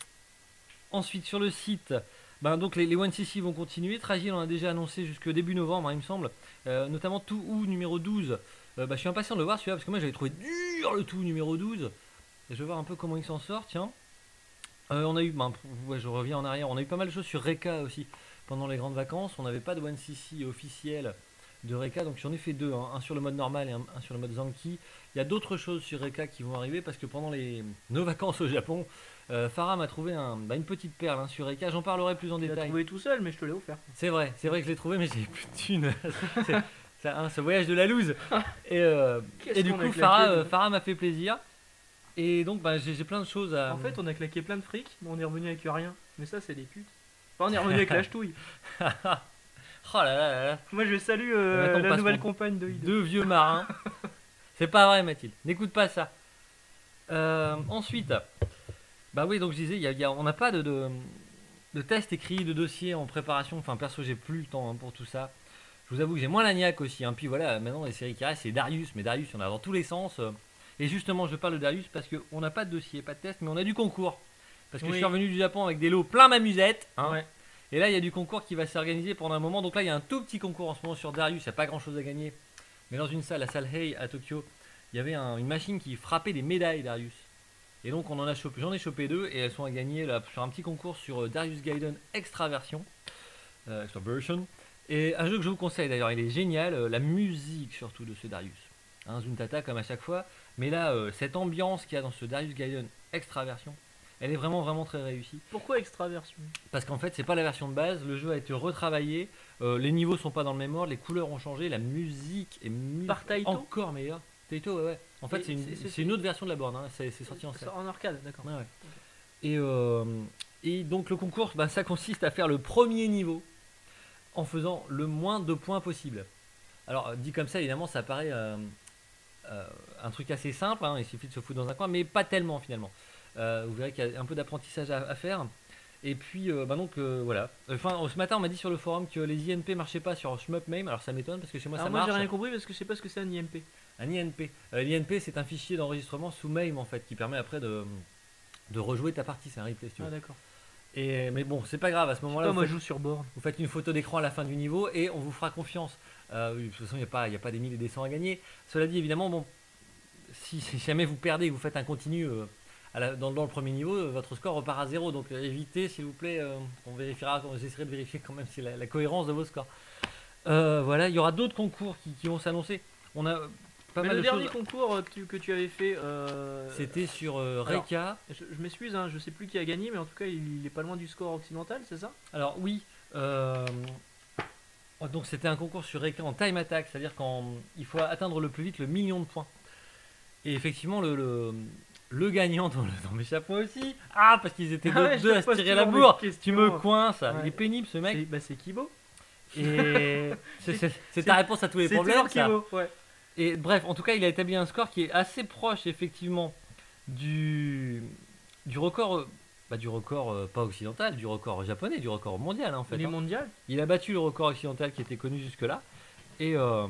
ensuite, sur le site, ben, donc les, les One C C vont continuer. Tragile on a déjà annoncé jusqu'au début novembre, hein, il me semble. Euh, notamment tout ou numéro douze. Euh, bah, je suis impatient de le voir celui-là parce que moi j'avais trouvé dur le tout numéro douze. Et je vais voir un peu comment il s'en sort, tiens. Euh, on a eu, ben, ouais, je reviens en arrière, on a eu pas mal de choses sur Reka aussi pendant les grandes vacances. On n'avait pas de One C C officiel de Reka, donc j'en ai fait deux, hein, un sur le mode normal et un, un sur le mode Zanki. Il y a d'autres choses sur Reka qui vont arriver parce que pendant les, nos vacances au Japon, euh, Farah m'a trouvé un, bah, une petite perle hein, sur Reka. J'en parlerai plus en Tu l'as détail. trouvé tout seul, mais je te l'ai offert. C'est vrai, c'est vrai que je l'ai trouvé, mais j'ai plus de thunes. C'est- c'est un- ce voyage de la loose. Et, euh, Qu'est-ce et du qu'on a coup, claqué, Farah, euh, nous Farah m'a fait plaisir. Et donc, bah, j'ai j'ai plein de choses à. En fait, on a claqué plein de fric, mais on est revenu avec rien. Mais ça, c'est des putes. Enfin, on est revenu avec la ch'touille. Oh là là là là. Moi je salue euh, Maintenant, on la passe nouvelle pour compagne de Hideo. Deux vieux marins. C'est pas vrai, Mathilde. N'écoute pas ça. Euh, ensuite, bah oui, donc je disais, il y a- il y a- on n'a pas de, de, de test écrit, de dossier en préparation. Enfin, perso, j'ai plus le temps hein, pour tout ça. Je vous avoue que j'ai moins la niaque aussi. Hein. Puis voilà, maintenant, les séries qui restent, c'est Darius. Mais Darius, il y en a dans tous les sens. euh. Et justement, je parle de Darius parce qu'on n'a pas de dossier, pas de test, mais on a du concours. Parce que Oui. je suis revenu du Japon avec des lots plein ma musette. Hein. Ouais. Et là, il y a du concours qui va s'organiser pendant un moment. Donc là, il y a un tout petit concours en ce moment sur Darius. Il n'y a pas grand chose à gagner. Mais dans une salle, la salle Hei à Tokyo, il y avait un- une machine qui frappait des médailles Darius. Et donc, on en a chopé, j'en ai chopé deux et elles sont à gagner là, sur un petit concours sur euh, Darius Gaiden Extra Version. Euh, Extra Version. Et un jeu que je vous conseille d'ailleurs, il est génial. euh, la musique surtout de ce Darius. Hein, Zuntata comme à chaque fois. Mais là, euh, cette ambiance qu'il y a dans ce Darius Gaiden Extra Version, elle est vraiment vraiment très réussie. Pourquoi extraversion? Parce qu'en fait, c'est pas la version de base, le jeu a été retravaillé, euh, les niveaux sont pas dans le même ordre, les couleurs ont changé, la musique est mu- Par Taito encore meilleure. Taito, ouais, ouais. En fait, Et c'est une, c'est- c'est- c'est une autre version de la borne, hein, c'est c'est sorti en salle. En arcade, d'accord. Ouais, ouais. Et, euh, et donc, le concours, bah, ça consiste à faire le premier niveau en faisant le moins de points possible. Alors, dit comme ça, évidemment, ça paraît euh, euh, un truc assez simple, hein, il suffit de se foutre dans un coin, mais pas tellement finalement. Euh, vous verrez qu'il y a un peu d'apprentissage à, à faire. Et puis, euh, bah donc euh, voilà. Enfin, ce matin, on m'a dit sur le forum que les I N P marchaient pas sur Shmup Mame. Alors ça m'étonne parce que chez moi Alors ça moi j'ai marche. rien compris parce que je sais pas ce que c'est un I M P. Un I N P. Euh, L'I N P, c'est un fichier d'enregistrement sous Mame en fait qui permet après de, de rejouer ta partie. C'est un replay si tu veux. Ah d'accord. Et, mais bon, c'est pas grave. À ce moment-là, Moi, vous, moi je faites- joue sur borne. vous faites une photo d'écran à la fin du niveau et on vous fera confiance. Euh, oui, de toute façon, il n'y a, pas- il y a pas des mille et des cents à gagner. Cela dit, évidemment, bon, si, si jamais vous perdez et que vous faites un continu euh, à la- dans, dans le premier niveau, euh, votre score repart à zéro. Donc euh, évitez, s'il vous plaît, euh, on vérifiera, j'essaierai de vérifier quand même si la, la cohérence de vos scores. Euh, voilà, il y aura d'autres concours qui, qui vont s'annoncer. On a euh, pas Mais mal le de dernier choses. concours euh, tu- que tu avais fait, euh, C'était sur euh, alors, Reika. je, je m'excuse, hein, je sais plus qui a gagné, mais en tout cas il, il est pas loin du score occidental, c'est ça? Alors oui, euh, oh, donc c'était un concours sur Reika en time attack, c'est-à-dire qu'il faut atteindre le plus vite le million de points. Et effectivement, le, le, le gagnant dans, le, dans mes chapeaux aussi, ah parce qu'ils étaient Ah deux, ouais, je deux te à se pose tirer la toujours des bourre, tu questions. me coinces, Ouais. il est pénible ce mec. C'est bah, c'est Kibo. Et c'est- c'est c'est ta réponse à tous les C'est problèmes. toujours Ça. Kibo, ouais. Et bref, en tout cas, il a établi un score qui est assez proche effectivement du, du record, euh, bah, du record euh, pas occidental, du record japonais, du record mondial hein, en fait. Les hein. mondiales. Il a battu le record occidental qui était connu jusque-là. Et euh,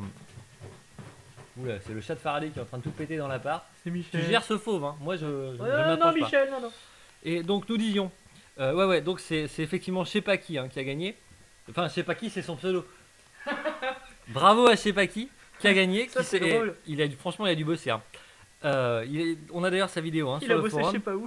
oula, c'est le chat de Faraday qui est en train de tout péter dans l'appart. C'est Tu Michel. gères ce fauve, hein. Moi je, je, Ouais, je non, m'approche non, pas. Michel, non, non. Et donc nous disions, euh, ouais ouais, donc c'est c'est effectivement Shepaki hein, qui a gagné. Enfin Shepaki c'est son pseudo. Bravo à Shepaki qui a gagné. Ça, qui c'est s'est- drôle. Il a, du- franchement il a dû bosser. Hein. Euh, il est- on a d'ailleurs sa vidéo hein, Il sur a le bossé je forum. sais pas où.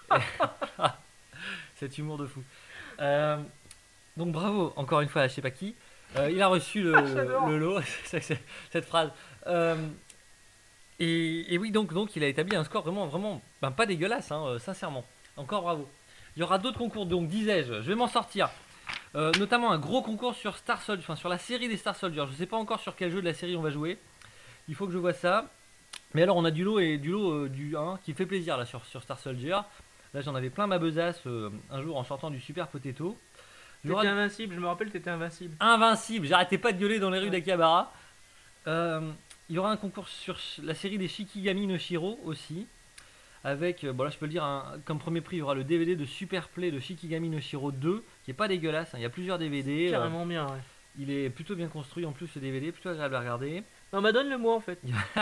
Cet humour de fou. Euh, donc bravo encore une fois à Shepaki. Euh, il a reçu le, J'adore. le lot, c'est c'est- cette phrase. Euh, et, et oui, donc, donc il a établi un score vraiment, vraiment ben, pas dégueulasse, hein, euh, sincèrement. Encore bravo. Il y aura d'autres concours, donc disais-je, je vais m'en sortir. Euh, notamment un gros concours sur Star Soldier, enfin sur la série des Star Soldier. Je sais pas encore sur quel jeu de la série on va jouer. Il faut que je vois ça. Mais alors on a du lot et du lot euh, du un qui fait plaisir là sur, sur Star Soldier. Là j'en avais plein ma besace euh, un jour en sortant du Super Potato. Il y aura T'étais invincible, je me rappelle, t'étais invincible. invincible, j'arrêtais pas de gueuler dans les rues Ouais. d'Akihabara. Euh, il y aura un concours sur ch- la série des Shikigami no Shiro aussi. Avec, euh, bon là je peux le dire, un- comme premier prix, il y aura le D V D de Super Play de Shikigami no Shiro deux, qui est pas dégueulasse, hein. Il y a plusieurs D V D. euh, Carrément bien, ouais. il est plutôt bien construit en plus ce D V D, plutôt agréable à regarder. Non, bah donne-le moi en fait.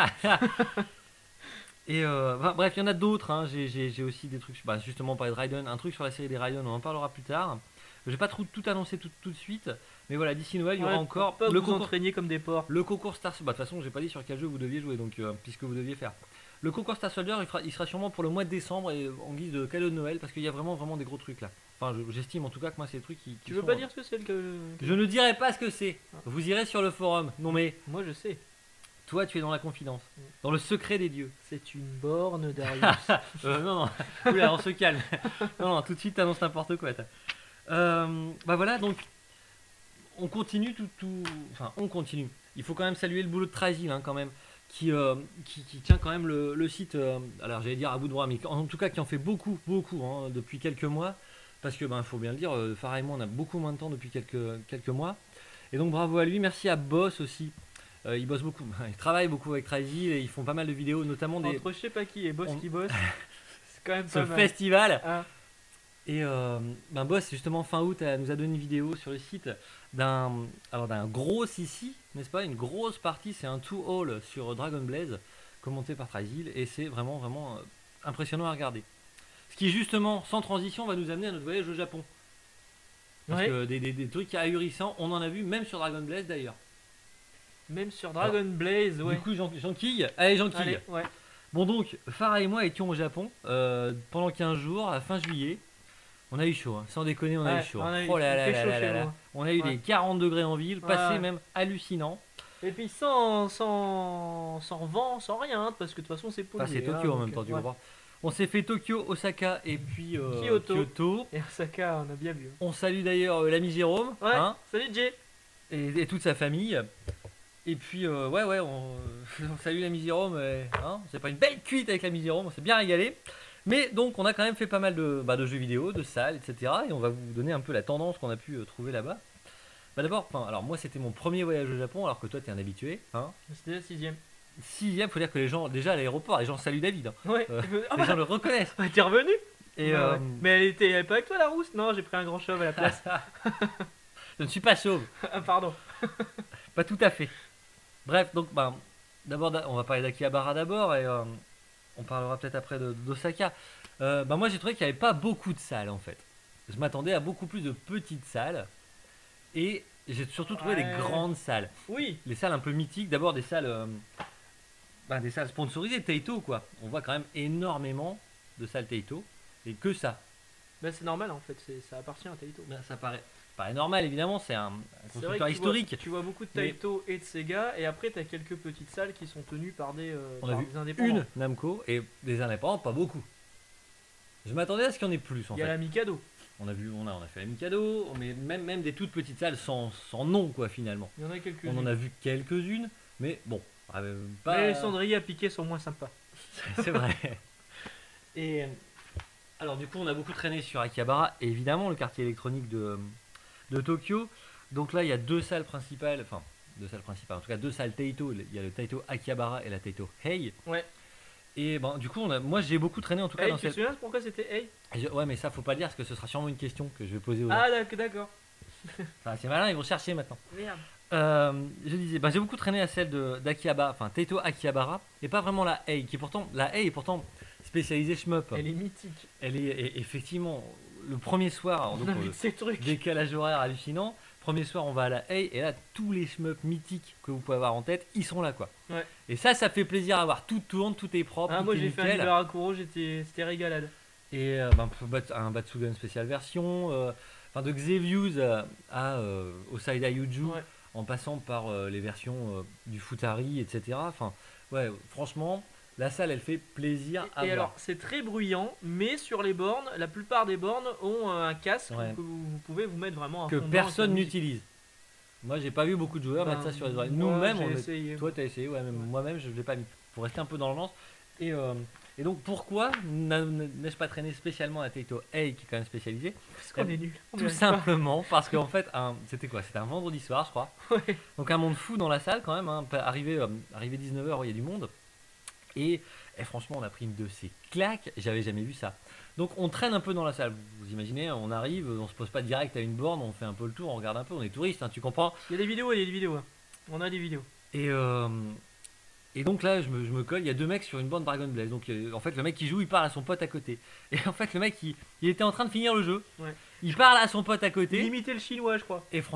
Et euh, enfin, bref, il y en a d'autres, hein. J'ai- j'ai j'ai aussi des trucs, bah, justement parler de Raiden, un truc sur la série des Raiden, on en parlera plus tard. Je vais pas trop tout annoncer tout, tout de suite, mais voilà, d'ici Noël, il y aura Ouais, encore pas le le vous concours. entraîner comme des porcs. Le concours Star Soldier, bah, de toute façon, j'ai pas dit sur quel jeu vous deviez jouer, donc euh, puisque vous deviez faire. Le concours Star Soldier, il, fera- il sera sûrement pour le mois de décembre et en guise de cadeau de Noël, parce qu'il y a vraiment, vraiment des gros trucs là. Enfin, je- j'estime en tout cas que moi, c'est des trucs qui. qui Tu veux sont- pas dire ce que c'est le. que- Je ne dirai pas ce que c'est. Vous irez sur le forum. Non mais, Moi je sais. toi, tu es dans la confidence, dans le secret des dieux. C'est une borne Darius. Euh, non, non, oula, on se calme. Non, non, tout de suite, t'annonces n'importe quoi. toi. Euh, bah voilà, donc, on continue tout, tout. Enfin, on continue. Il faut quand même saluer le boulot de Trazil, hein, quand même, qui, euh, qui, qui tient quand même le, le site, euh, alors j'allais dire à bout de bras, mais en tout cas qui en fait beaucoup, beaucoup, hein, depuis quelques mois. Parce que, ben, faut bien le dire, euh, Farah et moi, on a beaucoup moins de temps depuis quelques, quelques mois. Et donc bravo à lui, merci à Boss aussi. Euh, il bosse beaucoup, il travaille beaucoup avec Trizy et ils font pas mal de vidéos, notamment des Entre je sais pas qui et Boss On- qui bosse, c'est quand même ce pas mal. festival. Ah, Et euh, ben Boss, justement, fin août, elle nous a donné une vidéo sur le site d'un alors d'un gros Sissi, n'est-ce pas? Une grosse partie, c'est un two-all sur Dragon Blaze, commenté par Trizy, et c'est vraiment, vraiment euh, impressionnant à regarder. Ce qui, justement, sans transition, va nous amener à notre voyage au Japon. Parce ouais. que des, des- des trucs ahurissants, on en a vu même sur Dragon Blaze d'ailleurs. Même sur Dragon Blaze, ouais. Du coup, j'en- j'enquille. Allez, j'enquille. Allez, ouais. Bon, donc, Farah et moi étions au Japon euh, pendant quinze jours, à la fin juillet. On a eu chaud, hein. Sans déconner, on a Ouais, eu chaud. on hein. a eu- Oh là il là fait là chaud là chez là là. moi. On a eu Ouais. des quarante degrés en ville, Ouais, passé ouais. même hallucinant. Et puis sans, sans, sans vent, sans rien, parce que de toute façon c'est pollué. Enfin, c'est hein, Tokyo en donc, même temps, tu ouais. comprends. On s'est fait Tokyo, Osaka et puis euh, Kyoto. Kyoto. Et Osaka, on a bien vu. On salue d'ailleurs euh, l'ami Jérôme Ouais, hein, salut Jay. et, et toute sa famille. Et puis, euh, ouais, ouais, on, on salue l'ami Jérôme. et, Hein, c'est pas une belle cuite avec l'ami Jérôme, on s'est bien régalé. Mais donc, on a quand même fait pas mal de, bah, de jeux vidéo, de salles, et cetera. Et on va vous donner un peu la tendance qu'on a pu euh, trouver là-bas. Bah d'abord, enfin, alors moi c'était mon premier voyage au Japon, alors que toi t'es un habitué. Hein. C'était la sixième. Sixième, faut dire que les gens, déjà à l'aéroport, les gens saluent David. Hein. Ouais. Euh, Ah Les bah, gens le reconnaissent. ouais, t'es revenu. Et Ouais, euh, ouais. Mais elle était, elle est pas avec toi la rousse? Non, j'ai pris un grand chauve à la place. je ne suis pas chauve, Ah pardon. pas tout à fait. Bref, donc bah, d'abord, da- on va parler d'Akihabara d'abord et euh, on parlera peut-être après de- d'Osaka. Euh, bah, moi j'ai trouvé qu'il n'y avait pas beaucoup de salles en fait. Je m'attendais à beaucoup plus de petites salles et j'ai surtout trouvé des Ouais. grandes salles. Oui. Les salles un peu mythiques, d'abord des salles, euh, bah, des salles sponsorisées Taito quoi. On voit quand même énormément de salles Taito et que ça. Bah c'est normal en fait, c'est- ça appartient à Taito. Ben, ça paraît, paraît normal évidemment, c'est un, un C'est vrai constructeur que tu vois- historique. Tu vois beaucoup de Mais- Taito et de Sega, et après t'as quelques petites salles qui sont tenues par des, euh, On a par vu des indépendants. Une Namco et des indépendants, pas beaucoup. Je m'attendais à ce qu'il y en ait plus en Il y a fait. la Mikado. On a vu, on a, on a fait la Mikado, mais même, même des toutes petites salles sans, sans nom quoi finalement. Il y en a quelques-unes. On en a vu quelques-unes, mais bon, euh, pas. Mais les cendriers à piquer sont moins sympas. C'est vrai. Et euh, alors du coup on a beaucoup traîné sur Akihabara, et évidemment le quartier électronique de, de Tokyo. Donc là il y a deux salles principales, enfin deux salles principales, en tout cas deux salles Taito. Il y a le Taito Akihabara et la Taito Hei. Ouais. Et ben du coup on a, moi j'ai beaucoup traîné en tout cas Hey, dans tu te celle. souviens pourquoi c'était Hey? Et je- Ouais mais ça faut pas le dire parce que ce sera sûrement une question que je vais poser aux gens. Ah d'ac- d'accord. Enfin, c'est malin, ils vont chercher maintenant. Merde. Euh, je disais, bah, j'ai beaucoup traîné à celle de d'Akihabara, enfin Taito Akihabara, et pas vraiment la Hei, qui est pourtant, la Hei est pourtant spécialisée shmup. Elle est mythique. Elle est, et- effectivement, le premier soir, donc, On a vu euh, ces trucs. décalage horaire hallucinant, premier soir on va à la Hei, et là tous les shmups mythiques que vous pouvez avoir en tête, ils sont là quoi. Ouais. Et ça, ça fait plaisir à voir, tout tourne, tout est propre, Ah, tout moi est j'ai fait un nickel. Ibarakuro, j'étais, c'était régalade. Et euh, ben, pour Bat- un Batsugan spécial version, euh, enfin de Xevious euh, à euh, Osaida Yuju, Ouais. en passant par euh, les versions euh, du Futari, et cetera. Enfin, ouais, franchement, la salle, elle fait plaisir à Et voir. alors, c'est très bruyant, mais sur les bornes, la plupart des bornes ont euh, un casque Ouais. que vous, vous pouvez vous mettre vraiment à que fond dedans avec personne la musique. n'utilise. Moi, j'ai pas vu beaucoup de joueurs Ben, mettre ça sur les oreilles. moi, Nous-mêmes, j'ai on met- essayé. toi, t'as essayé, ouais, même Ouais. moi-même, je l'ai pas mis. Faut rester un peu dans le lance. Et, euh, et donc, pourquoi n'a- n'ai-je pas traîné spécialement la Taito Hei, qui est quand même spécialisée? Parce qu'on est nul. on Tout y arrive pas. simplement parce qu'en fait, un- c'était quoi? C'était un vendredi soir, je crois. Ouais. Donc un monde fou dans la salle quand même, hein. arrivé, euh, arrivé dix-neuf heures, il y a du monde. Et, et franchement, on a pris une de ces claques, j'avais jamais vu ça. Donc on traîne un peu dans la salle, vous, vous imaginez, on arrive, on se pose pas direct à une borne, on fait un peu le tour, on regarde un peu, on est touriste, hein, tu comprends. Il y a des vidéos, il y a des vidéos. hein. On a des vidéos. Et, euh, et donc là, je me, je me colle, il y a deux mecs sur une borne Dragon Blaze. Donc euh, en fait, le mec qui joue, il parle à son pote à côté. Et en fait, le mec, il, il était en train de finir le jeu. Ouais. Il parle à son pote à côté. Limiter le chinois, je crois. Et, fran-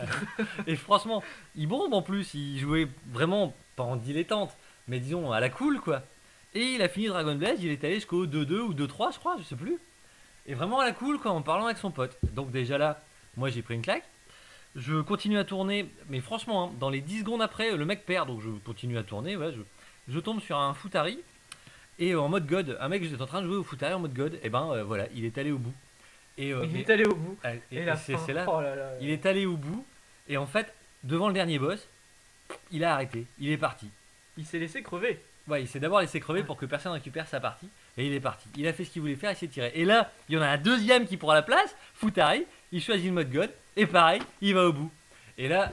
et franchement, il bombe en plus, il jouait vraiment pas en dilettante, mais disons à la cool quoi. Et il a fini Dragon Blaze, il est allé jusqu'au deux deux ou deux trois je crois, je sais plus. Et vraiment à la cool quoi, en parlant avec son pote. Donc déjà là, moi j'ai pris une claque. Je continue à tourner, mais franchement, hein, dans les dix secondes après, le mec perd, donc je continue à tourner, ouais, je, je tombe sur un Futari, et euh, en mode God, un mec j'étais en train de jouer au Futari en mode God, et ben euh, voilà, il est allé au bout. Et, euh, Il mais- est allé au bout. euh, et- Et, et la c'est fin. c'est là, Oh là là. il est allé au bout, et en fait, devant le dernier boss, il a arrêté, il est parti. Il s'est laissé crever. Ouais, il s'est d'abord laissé crever pour que personne récupère sa partie, et il est parti. Il a fait ce qu'il voulait faire, il s'est tiré. Et là, il y en a un deuxième qui prend la place, Futari, il choisit le mode God, et pareil, il va au bout. Et là,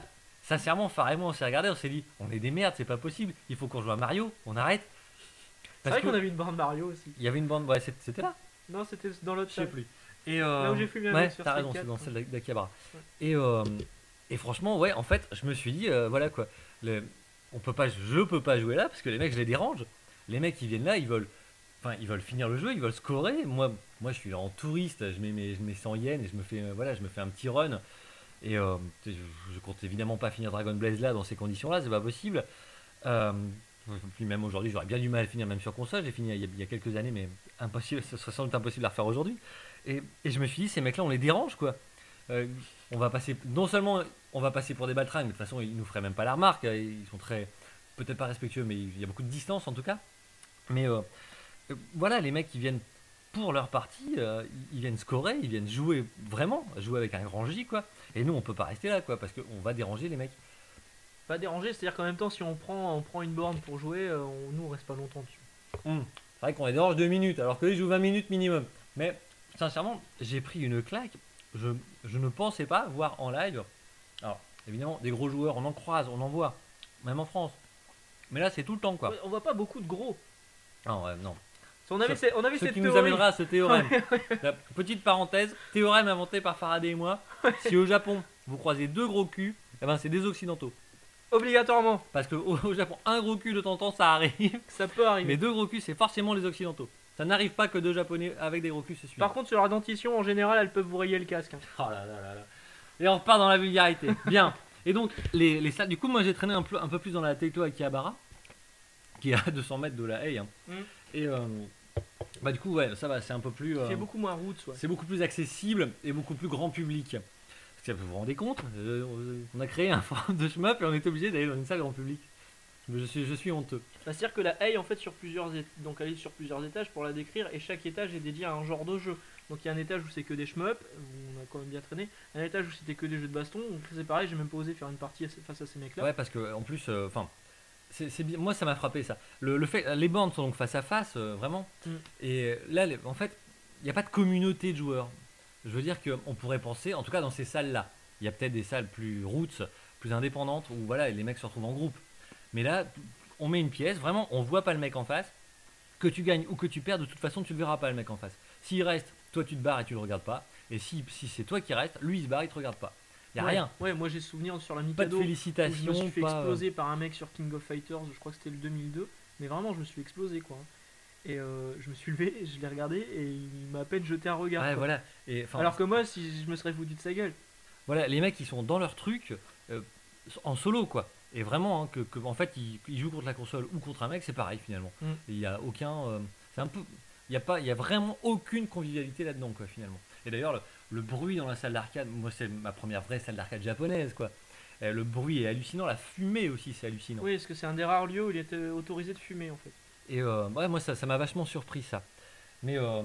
sincèrement, Phare et moi, on s'est regardé, on s'est dit, on est des merdes, c'est pas possible, il faut qu'on joue à Mario, on arrête. C'est Parce vrai qu'on que avait une borne Mario aussi. il y avait une bande, ouais, c'est- c'était là, Non, c'était dans l'autre je sais salle. plus. Et euh, Là où j'ai fait mes ouais, notes sur t'as Street raison, c'est quatre, dans quoi. celle d'Akihabara. Ouais. Et, euh, et franchement, ouais, en fait, je me suis dit, euh, voilà quoi, le- on peut pas, je peux pas jouer là parce que les mecs, je les dérange. Les mecs qui viennent là, ils veulent, enfin, ils veulent finir le jeu, ils veulent scorer. Moi, moi, je suis là en touriste, je mets mes, je mets cent yens et je me fais, euh, voilà, je me fais un petit run. Et euh, je, je compte évidemment pas finir Dragon Blaze là dans ces conditions-là, c'est pas possible. Euh, puis même aujourd'hui, j'aurais bien du mal à finir même sur console. J'ai fini il y, a, il y a quelques années, mais impossible, ce serait sans doute impossible à refaire aujourd'hui. Et, et je me suis dit, ces mecs-là, on les dérange quoi. Euh, on va passer, non seulement on va passer pour des baltringues, mais de toute façon, ils nous feraient même pas la remarque. Ils sont très, peut-être pas respectueux, mais il y a beaucoup de distance en tout cas. Mais euh, euh, voilà, les mecs qui viennent pour leur partie, euh, ils- ils viennent scorer, ils viennent jouer vraiment, jouer avec un grand J quoi. Et nous, on peut pas rester là quoi, parce qu'on va déranger les mecs. Pas déranger, c'est-à-dire qu'en même temps, si on prend, on prend une borne pour jouer, euh, on, nous on reste pas longtemps dessus. Hum. C'est vrai qu'on les dérange deux minutes, alors qu'eux ils jouent vingt minutes minimum. Mais sincèrement, j'ai pris une claque. Je, je ne pensais pas voir en live. Alors, évidemment, des gros joueurs, on en croise, on en voit, même en France. Mais là, c'est tout le temps quoi. Ouais, on voit pas beaucoup de gros. Non, ouais, non. On avait, Ce- cette- on avait Ce cette qui nous théorie. amènera à ce théorème. La petite parenthèse, théorème inventé par Faraday et moi. Si au Japon, vous croisez deux gros culs, eh ben c'est des occidentaux. Obligatoirement, Parce que au, au Japon, un gros cul de temps en temps, ça arrive. ça peut arriver. Mais deux gros culs, c'est forcément les occidentaux. Ça n'arrive pas que deux japonais avec des gros culs se suivent. Par contre, sur la dentition, en général, elles peuvent vous rayer le casque. hein. Oh là là là là. Et on repart dans la vulgarité. Bien. Et donc, les, les salles. Du coup, moi j'ai traîné un peu, un peu plus dans la Taito Akihabara, qui est à deux cents mètres de la Haye. hein. Mm. Et euh, bah, du coup, ouais, ça va, c'est un peu plus. Il euh, fait beaucoup moins roots, ouais. C'est beaucoup plus accessible et beaucoup plus grand public. Parce que vous vous rendez compte, euh, on a créé un forum de shmup et on est obligé d'aller dans une salle grand public. Je suis, je suis honteux. Bah, C'est-à-dire que la haie, en fait, sur plusieurs, é- donc elle est sur plusieurs étages pour la décrire, et chaque étage est dédié à un genre de jeu. Donc il y a un étage où c'est que des shmups, où on a quand même bien traîné, un étage où c'était que des jeux de baston, donc c'est pareil, j'ai même pas osé faire une partie face à ces mecs-là. Ouais, parce que en plus, enfin, c'est c'est bien. Moi, ça m'a frappé ça. Le, le fait, les bandes sont donc face à face, euh, vraiment. Mm. Et là, les- en fait, il n'y a pas de communauté de joueurs. Je veux dire qu'on pourrait penser, en tout cas dans ces salles-là, il y a peut-être des salles plus roots, plus indépendantes, où voilà, les mecs se retrouvent en groupe. Mais là, on met une pièce, vraiment, on voit pas le mec en face. Que tu gagnes ou que tu perds, de toute façon, tu le verras pas le mec en face. S'il reste, toi tu te barres et tu le regardes pas. Et si, si c'est toi qui reste, lui il se barre, il te regarde pas. Il y a Ouais, rien. Ouais, moi j'ai souvenir sur la Pas de Mikado, où je me félicitations, suis fait pas. euh, exploser par un mec sur King of Fighters, je crois que c'était le deux mille deux, mais vraiment je me suis explosé quoi. Et euh, je me suis levé, je l'ai regardé et il m'a à peine jeté un regard. Ouais, quoi. voilà. Et, enfin, Alors que moi, si je me serais foutu de sa gueule. Voilà, les mecs ils sont dans leur truc euh, en solo quoi. Et vraiment hein, que, que, en fait ils, ils jouent contre la console ou contre un mec, c'est pareil finalement. Mm. Il y a aucun, euh, c'est un peu, il y a pas, il y a vraiment aucune convivialité là-dedans quoi finalement. Et d'ailleurs le, le bruit dans la salle d'arcade, moi c'est ma première vraie salle d'arcade japonaise quoi. Euh, le bruit est hallucinant, la fumée aussi c'est hallucinant. Oui, parce que c'est un des rares lieux où il était autorisé de fumer en fait. Et euh, ouais, moi ça, ça m'a vachement surpris ça. Mais euh,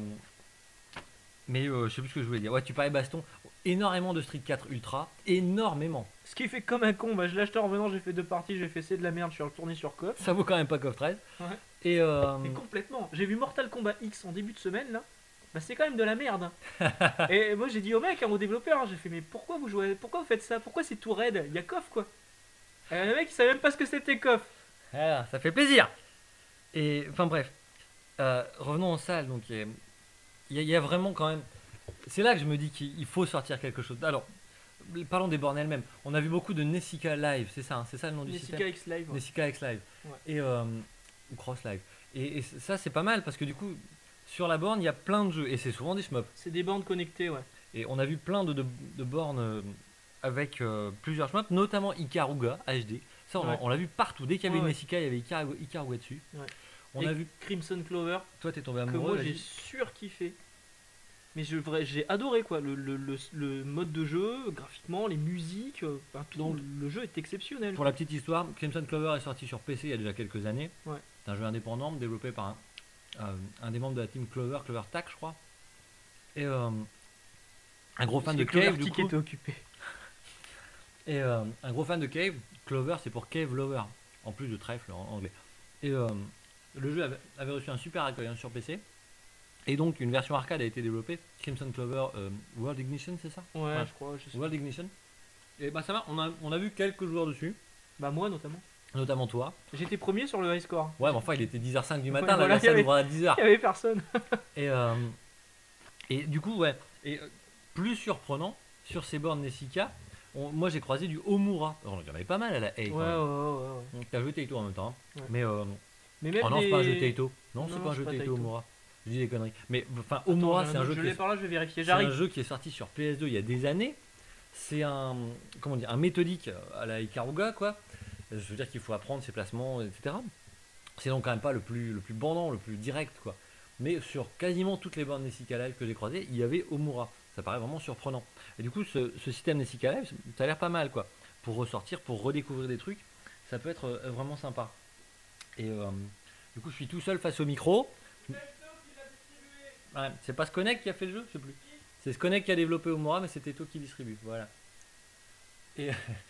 mais euh, je sais plus ce que je voulais dire. Ouais, tu parlais baston, énormément de Street quatre Ultra, énormément. Ce qui fait comme un con, bah, je l'ai acheté en revenant, j'ai fait deux parties, j'ai fait c'est de la merde, je suis retourné sur K O F. Ça vaut quand même pas K O F treize. Ouais. Et euh, Mais complètement. J'ai vu Mortal Kombat X en début de semaine là. Bah c'est quand même de la merde. hein. Et moi j'ai dit au mec, hein, au développeur, hein, j'ai fait mais pourquoi vous jouez, pourquoi vous faites ça, pourquoi c'est tout raide, il y a K O F quoi. Et le mec il savait même pas ce que c'était K O F. voilà, ça fait plaisir. Et enfin bref, Euh, revenons en salle. Donc il y, a- il y a- il y a vraiment quand même. C'est là que je me dis qu'il il faut sortir quelque chose. Alors, parlons des bornes elles-mêmes. On a vu beaucoup de Nessica Live, c'est ça, hein, c'est ça le nom du Nessica système. X Live. ouais. Nessica X Live. Ouais. Et euh, ou Cross Live. Et, et ça c'est pas mal parce que du coup sur la borne il y a plein de jeux et c'est souvent des shmups. C'est des bandes connectées, ouais. Et on a vu plein de, de, de bornes euh, avec euh, plusieurs shmups, notamment Ikaruga H D. Ça on, Ouais. on l'a vu partout. Dès qu'il y avait Ouais, une ouais. Nessica, il y avait Ikaruga, Ikaruga dessus. Ouais. On Et a vu. Crimson Clover, Toi t'es tombé que amoureux. moi j'ai vas-y. surkiffé. Mais je, vrai, j'ai adoré quoi, le, le, le, le mode de jeu, graphiquement, les musiques, euh, enfin, tout, Donc, le jeu est exceptionnel. Pour la petite histoire, Crimson Clover est sorti sur P C il y a déjà quelques années. Ouais. C'est un jeu indépendant développé par un, euh, un des membres de la team Clover, Clover Tack, je crois. Et euh, un gros fan Parce de que Clover Cave, du Tick coup. était occupé. Et euh, un gros fan de Cave. Clover, c'est pour Cave Lover, en plus de trèfle en anglais. Et euh, le jeu avait, avait reçu un super accueil hein, sur P C. Et donc une version arcade a été développée, Crimson Clover euh, World Ignition, c'est ça Ouais, Ouais. je crois. Je sais. World Ignition. Et bah ça va, on a, on a vu quelques joueurs dessus, Bah moi notamment. notamment toi. J'étais premier sur le high score. Ouais, mais enfin, il était dix heures cinq du Ouais, matin, voilà, la il y avait- salle ouvre à dix heures. Il y avait personne. Et, euh, et du coup, ouais. Et euh, plus surprenant, sur ces bornes Nessica, on- moi j'ai croisé du Omura. Alors, il y en avait pas mal à la haie Ouais, quand ouais, même. ouais, ouais. Donc, t'as joué Taito en même temps. hein. Ouais. Mais euh, Mais même oh non, des... c'est pas un jeu Taito. Non, Non, c'est non, pas un c'est jeu pas Taito Taito. Omura. Je dis des conneries. Mais enfin, Attends, Omura, j'ai c'est un autre, jeu je qui l'ai est, par là, je vais vérifier. c'est un J'arrive. jeu qui est sorti sur P S deux il y a des années. C'est un comment dire, un méthodique à la Ikaruga quoi. Je veux dire qu'il faut apprendre ses placements, et cetera. C'est donc quand même pas le plus le plus bandant, le plus direct quoi. Mais sur quasiment toutes les bornes Nessica Live que j'ai croisées, il y avait Omura. Ça paraît vraiment surprenant. Et du coup, ce, ce système Nessica Live, ça a l'air pas mal quoi. Pour ressortir, pour redécouvrir des trucs, ça peut être euh, vraiment sympa. Et euh, du coup, je suis tout seul face au micro. Ouais, c'est pas Sconnect qui a fait le jeu, je sais plus. C'est Sconnect qui a développé Omura, mais c'était toi qui distribue. Voilà. Et,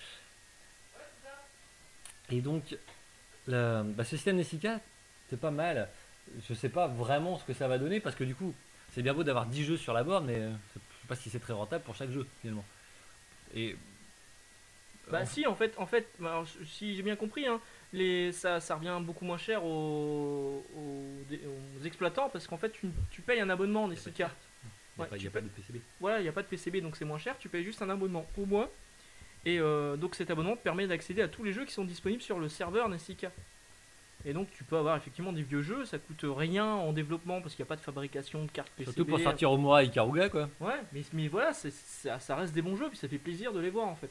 et donc, le, bah, ce système Nessica, c'est pas mal. Je sais pas vraiment ce que ça va donner parce que du coup, c'est bien beau d'avoir dix jeux sur la borne, mais euh, je sais pas si c'est très rentable pour chaque jeu finalement. Et Bah en- si, en fait, en fait, bah, alors, si j'ai bien compris, hein, les, ça, ça revient beaucoup moins cher aux, aux, dé- aux exploitants parce qu'en fait, tu, tu payes un abonnement Nessica. il n'y a, Ouais, pas, il y tu a pas peux- de P C B. Voilà, il n'y a pas de P C B donc c'est moins cher, tu payes juste un abonnement au mois. Et euh, donc cet abonnement te permet d'accéder à tous les jeux qui sont disponibles sur le serveur Nessica. Et donc tu peux avoir effectivement des vieux jeux, ça coûte rien en développement parce qu'il n'y a pas de fabrication de cartes P C B. Surtout pour sortir Omura et Ikaruga quoi. Ouais, mais, mais voilà, c'est- ça, ça reste des bons jeux, puis ça fait plaisir de les voir en fait.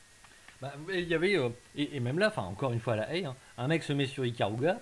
Bah, il y avait, euh, et, et même là, enfin encore une fois à la haie, hein, un mec se met sur Ikaruga,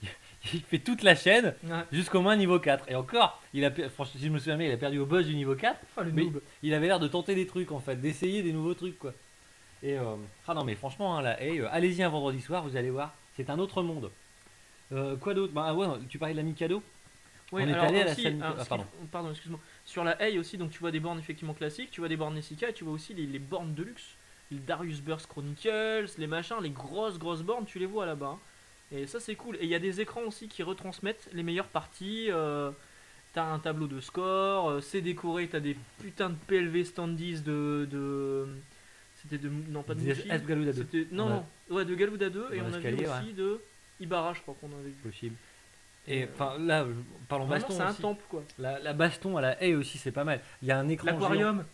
il fait toute la chaîne Ouais. jusqu'au moins niveau quatre. Et encore, il a, per- franchement, si je me souviens bien, il a perdu au boss du niveau quatre, Oh, le mais noob. il avait l'air de tenter des trucs en fait, d'essayer des nouveaux trucs quoi. Et euh, ah non mais franchement, hein, la haie, euh, allez-y un vendredi soir, vous allez voir, c'est un autre monde. Euh, quoi d'autre? Bah ah ouais, tu parlais de la Mikado. Oui, On est alors allé à la aussi, salle Mikado- alors, ah, ce qu'il pardon. faut- pardon, excuse-moi. Sur la haie aussi, donc tu vois des bornes effectivement classiques, tu vois des bornes Nessica et tu vois aussi les, les bornes de luxe. Les Darius Burst Chronicles, les machins, les grosses grosses bornes, tu les vois là-bas. hein. Et ça c'est cool. Et il y a des écrans aussi qui retransmettent les meilleures parties. euh, T'as un tableau de score, euh, c'est décoré, t'as des putains de P L V standees de. de C'était de. Non, pas de Des Mushi. S Galouda deux. C'était- Non, On a- non, ouais, de Galouda deux. Et Dans on a vu l'escalier, aussi de Ibarra, je crois qu'on avait vu. Possible. Et enfin là, je- parlons Vraiment, baston c'est un aussi. temple quoi. La, la baston à la haie aussi, c'est pas mal. Il y a un écran géant. L'aquarium.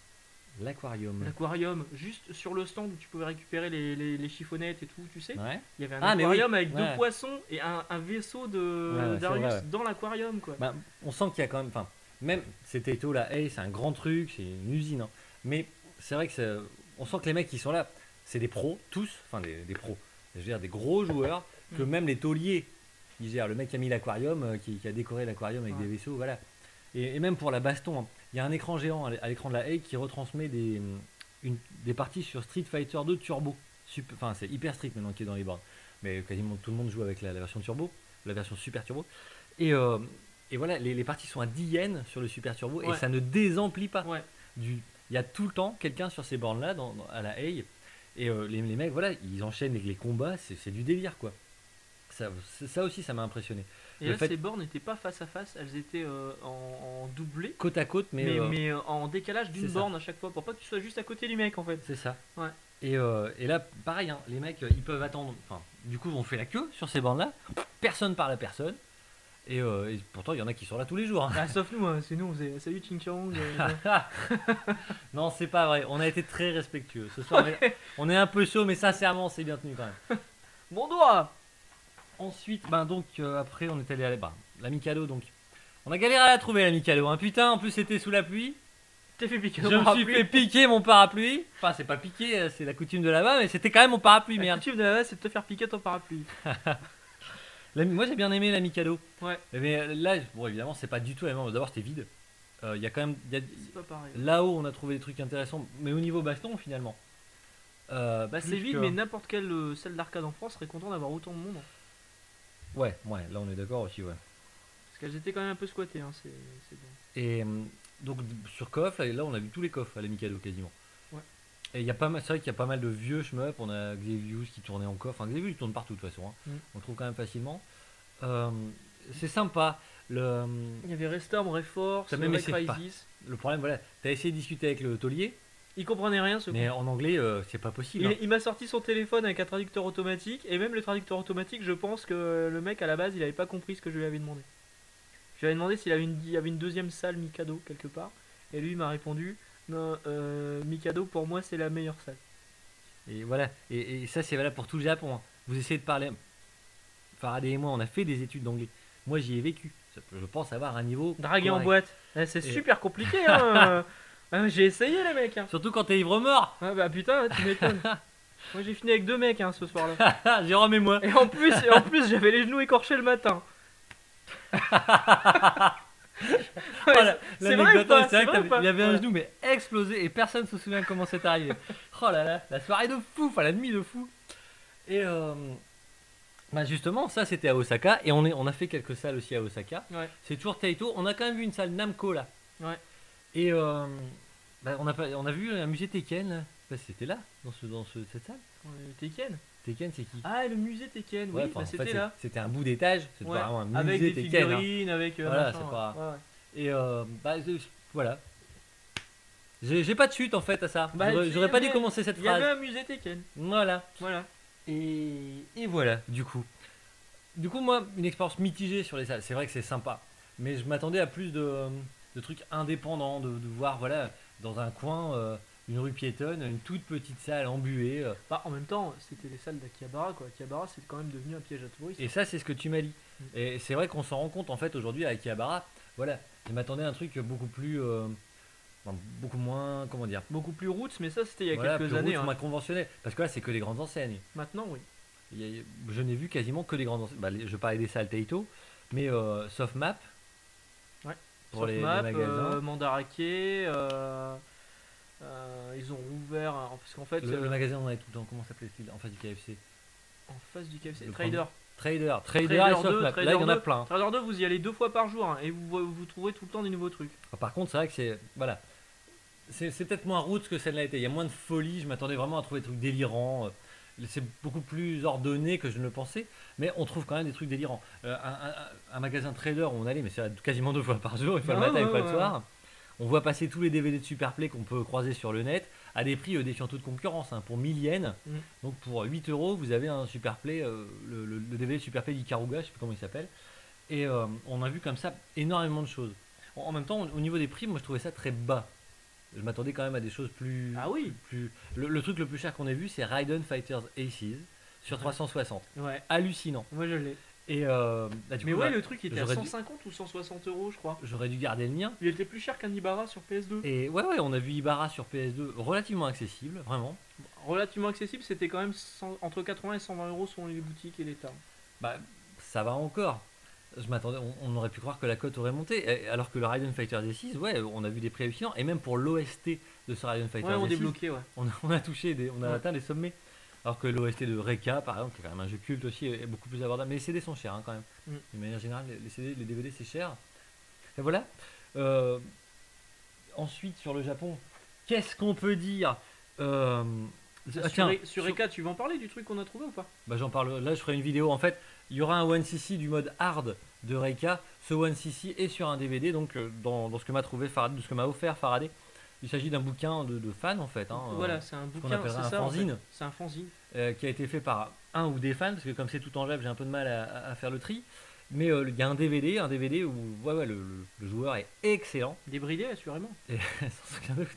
L'aquarium. L'aquarium, juste sur le stand où tu pouvais récupérer les, les, les chiffonnettes et tout, tu sais. Ouais. Il y avait un Ah, mais aquarium oui. avec Ouais. deux poissons et un, un vaisseau de Ouais, ouais, c'est Darius vrai, ouais. dans l'aquarium, quoi. Bah, on sent qu'il y a quand même, enfin, même c'était tôt la haie, c'est un grand truc, c'est une usine. hein. Mais c'est vrai que c'est- on sent que les mecs qui sont là, c'est des pros, tous, enfin des, des pros. Je veux dire des gros joueurs que Mm. même les tauliers, ils gèrent. Le mec qui a mis l'aquarium, euh, qui, qui a décoré l'aquarium avec Ouais. des vaisseaux, voilà. Et, et même pour la baston, hein, il y a un écran géant à l'é- à l'écran de la haie qui retransmet des, une- des parties sur Street Fighter deux Turbo. Sup- Enfin, c'est Hyper Street maintenant qui est dans les bornes. Mais quasiment tout le monde joue avec la, la version Turbo, la version Super Turbo. Et, euh, et voilà, les, les parties sont à dix yens sur le Super Turbo et Ouais. ça ne désemplit pas. Ouais. Du, il y a tout le temps quelqu'un sur ces bornes-là, dans- dans- à la haie. Et euh, les, les mecs, voilà, ils enchaînent avec les combats, c'est c'est du délire, quoi. Ça, c'est- ça aussi, ça m'a impressionné. Et Le là, fait- ces bornes n'étaient pas face à face, elles étaient euh, en, en doublé, Côte à côte, mais, mais, euh, mais, euh, en décalage d'une c'est ça. borne à chaque fois, pour pas que tu sois juste à côté du mec en fait. c'est ça. Ouais. Et, euh, et là, pareil, hein, les mecs, euh, ils peuvent attendre. Enfin, du coup, on fait la queue sur ces bornes-là. Personne parle à personne. Et, euh, et pourtant, il y en a qui sont là tous les jours. hein. Ah, sauf nous, hein, c'est nous, on faisait salut Ching Chong. euh, Non, c'est pas vrai. On a été très respectueux. Ce soir, on est- on est un peu chaud, mais sincèrement, c'est bien tenu quand même. Mon doigt. Ensuite, ben donc, euh, après, on est allé à la, bah, la Mikado. Donc, on a galéré à la trouver, la Mikado. Hein. Putain, en plus, c'était sous la pluie. T'es fait piquer. Je dans me le suis parapluie. fait piquer mon parapluie. Enfin, c'est pas piqué, euh, c'est la coutume de là-bas, mais c'était quand même mon parapluie, La merde. coutume de la base, c'est de te faire piquer ton parapluie. La- moi, j'ai bien aimé la Mikado. Ouais. Mais euh, là, bon, évidemment, c'est pas du tout la même. D'abord, c'était vide. Euh, Il y a quand même. il y a- C'est pas pareil. Là-haut, on a trouvé des trucs intéressants, mais au niveau baston, finalement. Euh, Bah, plus c'est vide, que- mais n'importe quelle euh, salle d'arcade en France serait content d'avoir autant de monde. Ouais, ouais, là, on est d'accord aussi, ouais. Parce qu'elles étaient quand même un peu squattées, hein, c'est c'est bon. Et euh, donc, d- sur coffre, là, là, on a vu tous les coffres à la Mikado quasiment. Ouais. Et il y a pas mal, c'est vrai qu'il y a pas mal de vieux shmup. On a Xevious qui tournait en coffre. Enfin, Xevious, il tourne partout de toute façon. hein. Mm. On le trouve quand même facilement. Euh, c'est sympa. Le, Il y avait Restorm, Reforce, T'as même essayé- Crisis. le problème, voilà, t'as essayé de discuter avec le taulier. Il comprenait rien ce Mais en anglais, euh, c'est pas possible. Il, hein. il m'a sorti son téléphone avec un traducteur automatique, et même le traducteur automatique, je pense que le mec à la base il avait pas compris ce que je lui avais demandé. Je lui avais demandé s'il avait une, il y avait une deuxième salle Mikado quelque part, et lui il m'a répondu non, euh, Mikado pour moi c'est la meilleure salle. Et voilà. Et, et ça, c'est valable pour tout le Japon. hein. Vous essayez de parler. Faraday et moi, on a fait des études d'anglais. Moi, j'y ai vécu. Ça peut- Je pense avoir un niveau. Draguer en correct. boîte, Eh, c'est Et- super compliqué hein. Ah, j'ai essayé les mecs hein. Surtout quand t'es ivre mort. Ah bah putain, tu m'étonnes. Moi j'ai fini avec deux mecs hein, ce soir-là. Jérôme et moi. Et en plus, et en plus j'avais les genoux écorchés le matin. Ouais, Voilà, c'est vrai ou l'anecdote, pas, c'est vrai c'est vrai ou qu'il pas avait un Voilà. genou mais explosé et personne se souvient comment c'est arrivé. Oh là là, la soirée de fou, enfin la nuit de fou. Et euh, bah justement, ça c'était à Osaka et on, est, on a fait quelques salles aussi à Osaka. Ouais, C'est toujours Taito. On a quand même vu une salle Namco là. ouais. Et euh, bah, on, a, pas- on a vu un musée Tekken là. Bah, c'était là, dans, ce, dans ce- cette salle. Euh, Tekken. Tekken, c'est qui Ah, le musée Tekken, Ouais, oui, enfin, bah, en fait, c'était c'est- là. C'était un bout d'étage. C'était Ouais, pas vraiment un avec musée des Tekken. hein. figurines, avec. euh, Voilà, machin, c'est ouais. pas- Ouais, ouais. Et euh, bah, je- voilà. J'ai j'ai pas de suite en fait à ça. Bah, J'aurais si, j'aurais pas mais dû commencer cette Il y avait phrase. un musée Tekken. Voilà. Voilà. Et, et voilà, du coup. Du coup, moi, une expérience mitigée sur les salles. C'est vrai que c'est sympa. Mais je m'attendais à plus de, de trucs indépendants, de, de voir, voilà, dans un coin, euh, une rue piétonne, une toute petite salle embuée. euh. Bah, en même temps, c'était les salles d'Akihabara, quoi. Akihabara, c'est quand même devenu un piège à touristes. Et ça, c'est ce que tu m'as dit. Mm. Et c'est vrai qu'on s'en rend compte, en fait, aujourd'hui, à Akihabara. Voilà, je m'attendais à un truc beaucoup plus... euh, enfin, beaucoup moins, comment dire, Beaucoup plus roots, mais ça, c'était il y a voilà, quelques plus années. roots, hein. moins conventionnel. Parce que là, c'est que des grandes enseignes. Maintenant, oui. Il y a- je n'ai vu quasiment que des grandes enseignes. Bah, les- je parlais des salles Taito, mais euh, Softmap, Ouais. pour les, les Softmap, magasins. euh, Mandarake, euh, euh, ils ont ouvert. un- Parce qu'en fait, le, euh, le magasin, on avait tout le temps, comment s'appelait-il en face du K F C en face du K F C, Le Trader. Trader, Trader, Trader et deux, Softmap. Trader Là, il y en a deux. plein. Trader deux, vous y allez deux fois par jour hein, et vous, vous vous trouvez tout le temps des nouveaux trucs. Par contre, c'est vrai que c'est. Voilà. C'est c'est peut-être moins route que celle-là était. Il y a moins de folie. Je m'attendais vraiment à trouver des trucs délirants. Euh, C'est beaucoup plus ordonné que je ne le pensais. Mais on trouve quand même des trucs délirants. Euh, un, un- un magasin trader où on allait, mais c'est quasiment deux fois par jour, une fois le Ouais, matin et une ouais, fois le ouais. soir. On voit passer tous les D V D de Superplay qu'on peut croiser sur le net à des prix euh, défiant toute concurrence. hein. Pour mille yens, Mm. donc pour huit euros, vous avez un Superplay, euh, le, le- le D V D de Superplay d'Ikaruga, je sais plus comment il s'appelle. Et euh, on a vu comme ça énormément de choses. En, en même temps, au niveau des prix, moi je trouvais ça très bas. Je m'attendais quand même à des choses plus. Ah oui. plus le, le truc le plus cher qu'on ait vu, c'est Raiden Fighters Aces sur Ouais. trois cent soixante. Ouais, Hallucinant. moi je l'ai. Et euh, bah, du Mais coup, ouais, bah, le truc il était à j'aurais dû- cent cinquante ou cent soixante euros, je crois. j'aurais dû garder le mien. Il était plus cher qu'un Ibarra sur P S deux. Et ouais, ouais, on a vu Ibarra sur P S deux, relativement accessible, vraiment. Relativement accessible, c'était quand même cent entre quatre-vingts et cent vingt euros selon les boutiques et les tables. Bah, ça va encore. Je m'attendais, on, on aurait pu croire que la cote aurait monté, et- alors que le Raiden Fighters Aces, ouais, on a vu des prix hallucinants, et même pour l'O S T de ce Raiden Fighters Ouais, on Aces, débloqué, ouais. on a, on a touché, des, on a Ouais. atteint des sommets. Alors que l'O S T de Reka, par exemple, qui est quand même un jeu culte aussi, est beaucoup plus abordable. Mais les C D sont chers hein, quand même. Mm. De manière générale, les C D, les D V D c'est cher. Et voilà. Euh, ensuite, sur le Japon, qu'est-ce qu'on peut dire Euh, ah, sur, tiens, E- sur sur- Eka, tu veux en parler du truc qu'on a trouvé ou pas? bah, j'en parle. Là, je ferai une vidéo. En fait, il y aura un one C C du mode hard de Reika. Ce one C C est sur un D V D, donc euh, dans, dans ce que m'a trouvé Faraday, de ce que m'a offert Faraday. Il s'agit d'un bouquin de, de fans en fait. hein, Voilà, euh, c'est un qu'on bouquin, appellerait c'est un ça. en fait. fanzine. C'est un fanzine. euh, qui a été fait par un ou des fans, parce que comme c'est tout en Jap, j'ai un peu de mal à, à- à faire le tri. Mais euh, il y a un D V D, un D V D où ouais, ouais, le, le- le joueur est excellent, Débridé, assurément. et, sans aucun doute.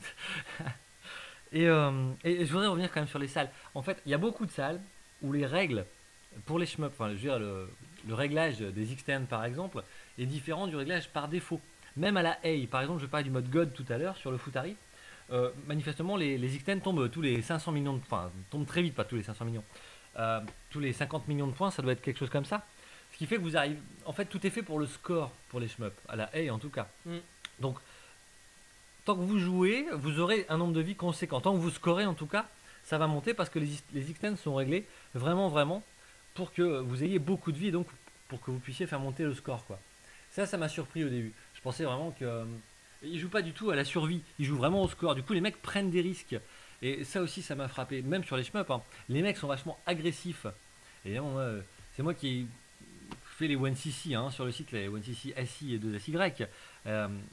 Et, euh, et je voudrais revenir quand même sur les salles. En fait, il y a beaucoup de salles où les règles pour les shmups, enfin, je veux dire, le, le réglage des externes par exemple, est différent du réglage par défaut. Même à la Hay, par exemple, je parlais du mode God tout à l'heure sur le Futari. Euh, manifestement, les, les externes tombent tous les cinq cents millions de points. Tombent très vite, pas tous les cinq cents millions. Euh, tous les cinquante millions de points, ça doit être quelque chose comme ça. Ce qui fait que vous arrivez. En fait, tout est fait pour le score pour les shmups, à la Hay en tout cas. Mm. Donc, tant que vous jouez, vous aurez un nombre de vies conséquent. Tant que vous scorez, en tout cas, ça va monter parce que les, les extends sont réglés vraiment, vraiment pour que vous ayez beaucoup de vie et donc pour que vous puissiez faire monter le score, quoi. Ça, ça m'a surpris au début. Je pensais vraiment que. euh, ils jouent pas du tout à la survie, ils jouent vraiment au score. Du coup, les mecs prennent des risques. Et ça aussi, ça m'a frappé. Même sur les shmups, hein, les mecs sont vachement agressifs. Et évidemment, moi, euh, c'est moi qui fais les one C C hein, sur le site, les one C C S I et deux S Y. Euh,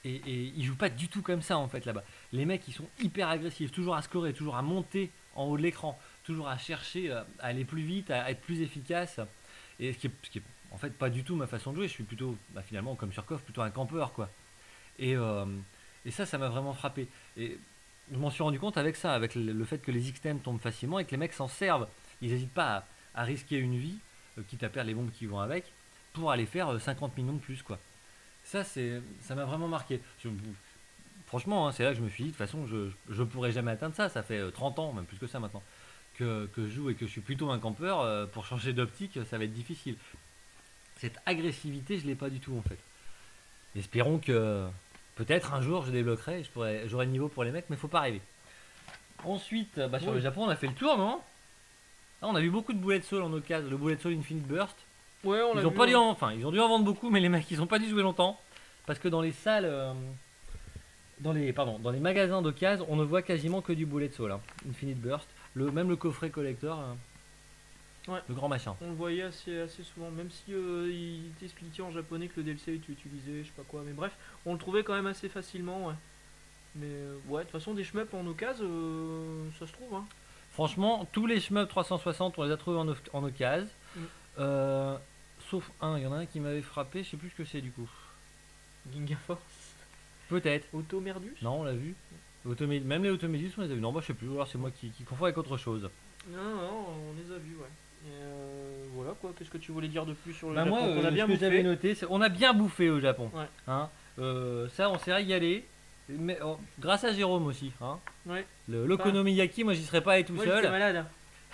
Et, et ils jouent pas du tout comme ça en fait là-bas. Les mecs ils sont hyper agressifs, toujours à scorer, toujours à monter en haut de l'écran, toujours à chercher euh, à aller plus vite, à être plus efficace. Et ce qui est, ce qui est en fait pas du tout ma façon de jouer. Je suis plutôt, bah, finalement comme Surkov, plutôt un campeur quoi. Et, euh, et ça, ça m'a vraiment frappé. Et je m'en suis rendu compte avec ça, avec le, le fait que les X-Tem tombent facilement et que les mecs s'en servent. Ils n'hésitent pas à, à risquer une vie, euh, quitte à perdre les bombes qui vont avec, pour aller faire euh, cinquante millions de plus quoi. Ça, c'est, ça m'a vraiment marqué. Je- franchement, hein, c'est là que je me suis dit, de toute façon, je, je pourrais jamais atteindre ça. Ça fait euh, trente ans, même plus que ça maintenant, que, que je joue et que je suis plutôt un campeur. Euh, pour changer d'optique, ça va être difficile. Cette agressivité, je l'ai pas du tout en fait. Espérons que peut-être un jour je débloquerai, je pourrais, j'aurai le niveau pour les mecs, mais faut pas rêver. Ensuite, bah, sur Oui. le Japon, on a fait le tour, non? Ah, on a vu beaucoup de bullet soul en occasion, le bullet soul Infinite Burst. Ouais, on l'a Ils ont vu, pas dû ouais. en, enfin, ils ont dû en vendre beaucoup, mais les mecs, ils ont pas dû jouer longtemps, parce que dans les salles, euh, dans les, pardon, dans les magasins d'occasion, on ne voit quasiment que du bullet soul, hein, Infinite Burst, le, même le coffret collector, euh, Ouais. le grand machin. On le voyait assez, assez souvent, même si euh, il t'expliquait en japonais que le D L C était utilisé, je sais pas quoi, mais bref, on le trouvait quand même assez facilement, ouais. Mais euh, ouais, de toute façon, des shmups en occasion, euh, ça se trouve, hein. Franchement, tous les shmups trois cent soixante, on les a trouvés en, oc- en occasion. Mm. Euh, sauf un, il y en a un qui m'avait frappé, je sais plus ce que c'est du coup. Ginga Force, Peut-être. Automerdus. Non, on l'a vu. Automé- Même les Automédus, on les a vus. Non, bah je sais plus, alors c'est moi qui, qui confonds avec autre chose. Non, non, on les a vus, ouais. Et euh, voilà quoi, qu'est-ce que tu voulais dire de plus sur le Bah Japon moi, qu'on euh, a bien ce que j'avais bouffé. noté, c'est on a bien bouffé au Japon. Ouais. Hein. Euh, ça, on s'est régalé. Mais, oh, grâce à Jérôme aussi. Hein. Ouais. Le l'Okonomiyaki, moi j'y serais pas allé tout Moi seul. j'étais malade.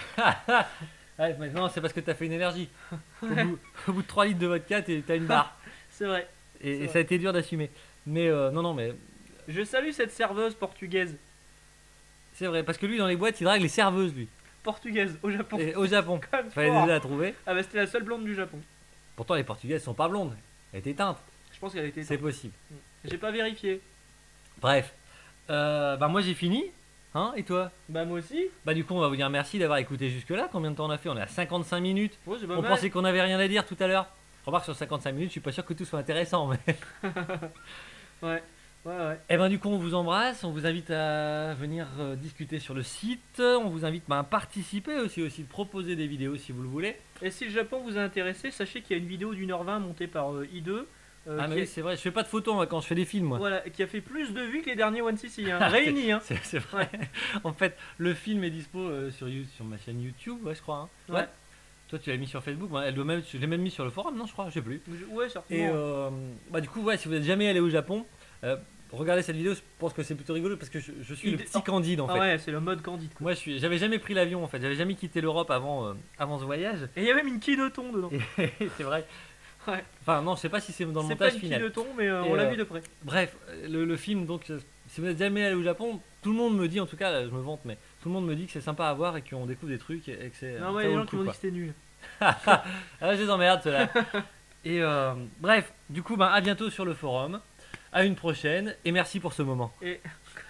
Ouais, mais non, c'est parce que t'as fait une énergie. Au bout, au bout de trois litres de vodka, t'es- t'as une barre. C'est vrai. Et, C'est et vrai. ça a été dur d'assumer. Mais euh, non, non, mais Je salue cette serveuse portugaise. c'est vrai. Parce que lui, dans les boîtes, il drague les serveuses, lui. Portugaise au Japon. Et au Japon. Comme Fallait fort. déjà la trouver. Ah bah c'était la seule blonde du Japon. Pourtant, les Portugaises sont pas blondes. Elles étaient teintes. Je pense qu'elle était. C'est possible. J'ai pas vérifié. Bref. Euh, bah, moi, j'ai fini. Hein, et toi? Bah moi aussi. Bah, du coup, on va vous dire merci d'avoir écouté jusque-là. Combien de temps on a fait? On est à cinquante-cinq minutes. Ouais, c'est pas On mal. pensait qu'on avait rien à dire tout à l'heure. Remarque, sur cinquante-cinq minutes, je suis pas sûr que tout soit intéressant. Mais... Ouais. Ouais, ouais. Et ben, du coup, on vous embrasse. On vous invite à venir euh, discuter sur le site. On vous invite bah, à participer aussi, aussi, de proposer des vidéos si vous le voulez. Et si le Japon vous a intéressé, sachez qu'il y a une vidéo d'une heure vingt montée par euh, I deux. euh, Ah, qui, mais a, oui, c'est vrai. Je fais pas de photos moi, quand je fais des films, moi. voilà, qui a fait plus de vues que les derniers One C C, hein, réunis. Hein. C'est c'est vrai. En fait, le film est dispo euh, sur, You- sur ma chaîne YouTube, ouais, je crois. hein. Ouais. Toi, tu l'as mis sur Facebook. Moi, elle doit même, je l'ai même mis sur le forum, non, je crois, je sais plus. Ouais, certainement. Et euh, bah, du coup, ouais, si vous n'êtes jamais allé au Japon, euh, regardez cette vidéo. Je pense que c'est plutôt rigolo parce que je, je suis Il- le petit Candide en Ah fait. ouais, c'est le mode Candide. Quoi. Moi, je suis, j'avais jamais pris l'avion en fait. J'avais jamais quitté l'Europe avant, euh, avant ce voyage. Et il y a même une Kinoton dedans. Et c'est vrai. Ouais. Enfin, non, je sais pas si c'est dans le C'est pas montage une final. Kinoton, mais euh, Et on l'a euh, vu de près. Bref, euh, le, le film, donc, euh, si vous n'êtes jamais allé au Japon, tout le monde me dit, en tout cas, là, je me vante, mais tout le monde me dit que c'est sympa à voir et qu'on découvre des trucs et, et que c'est. Non, ça ouais, il y a vaut des le gens qui coup, m'ont dit quoi. que c'était nul. Ah, je les emmerde, ceux-là. Et euh, bref, du coup, bah, à bientôt sur le forum. À une prochaine. Et merci pour ce moment. Et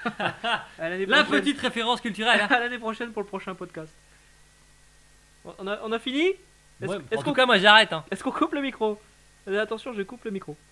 à l'année La prochaine. petite référence culturelle. hein. À l'année prochaine pour le prochain podcast. On a, on a fini? Est-ce Ouais, est-ce en qu'on tout cas, moi j'arrête. Hein. est-ce qu'on coupe le micro? Euh, Attention, je coupe le micro.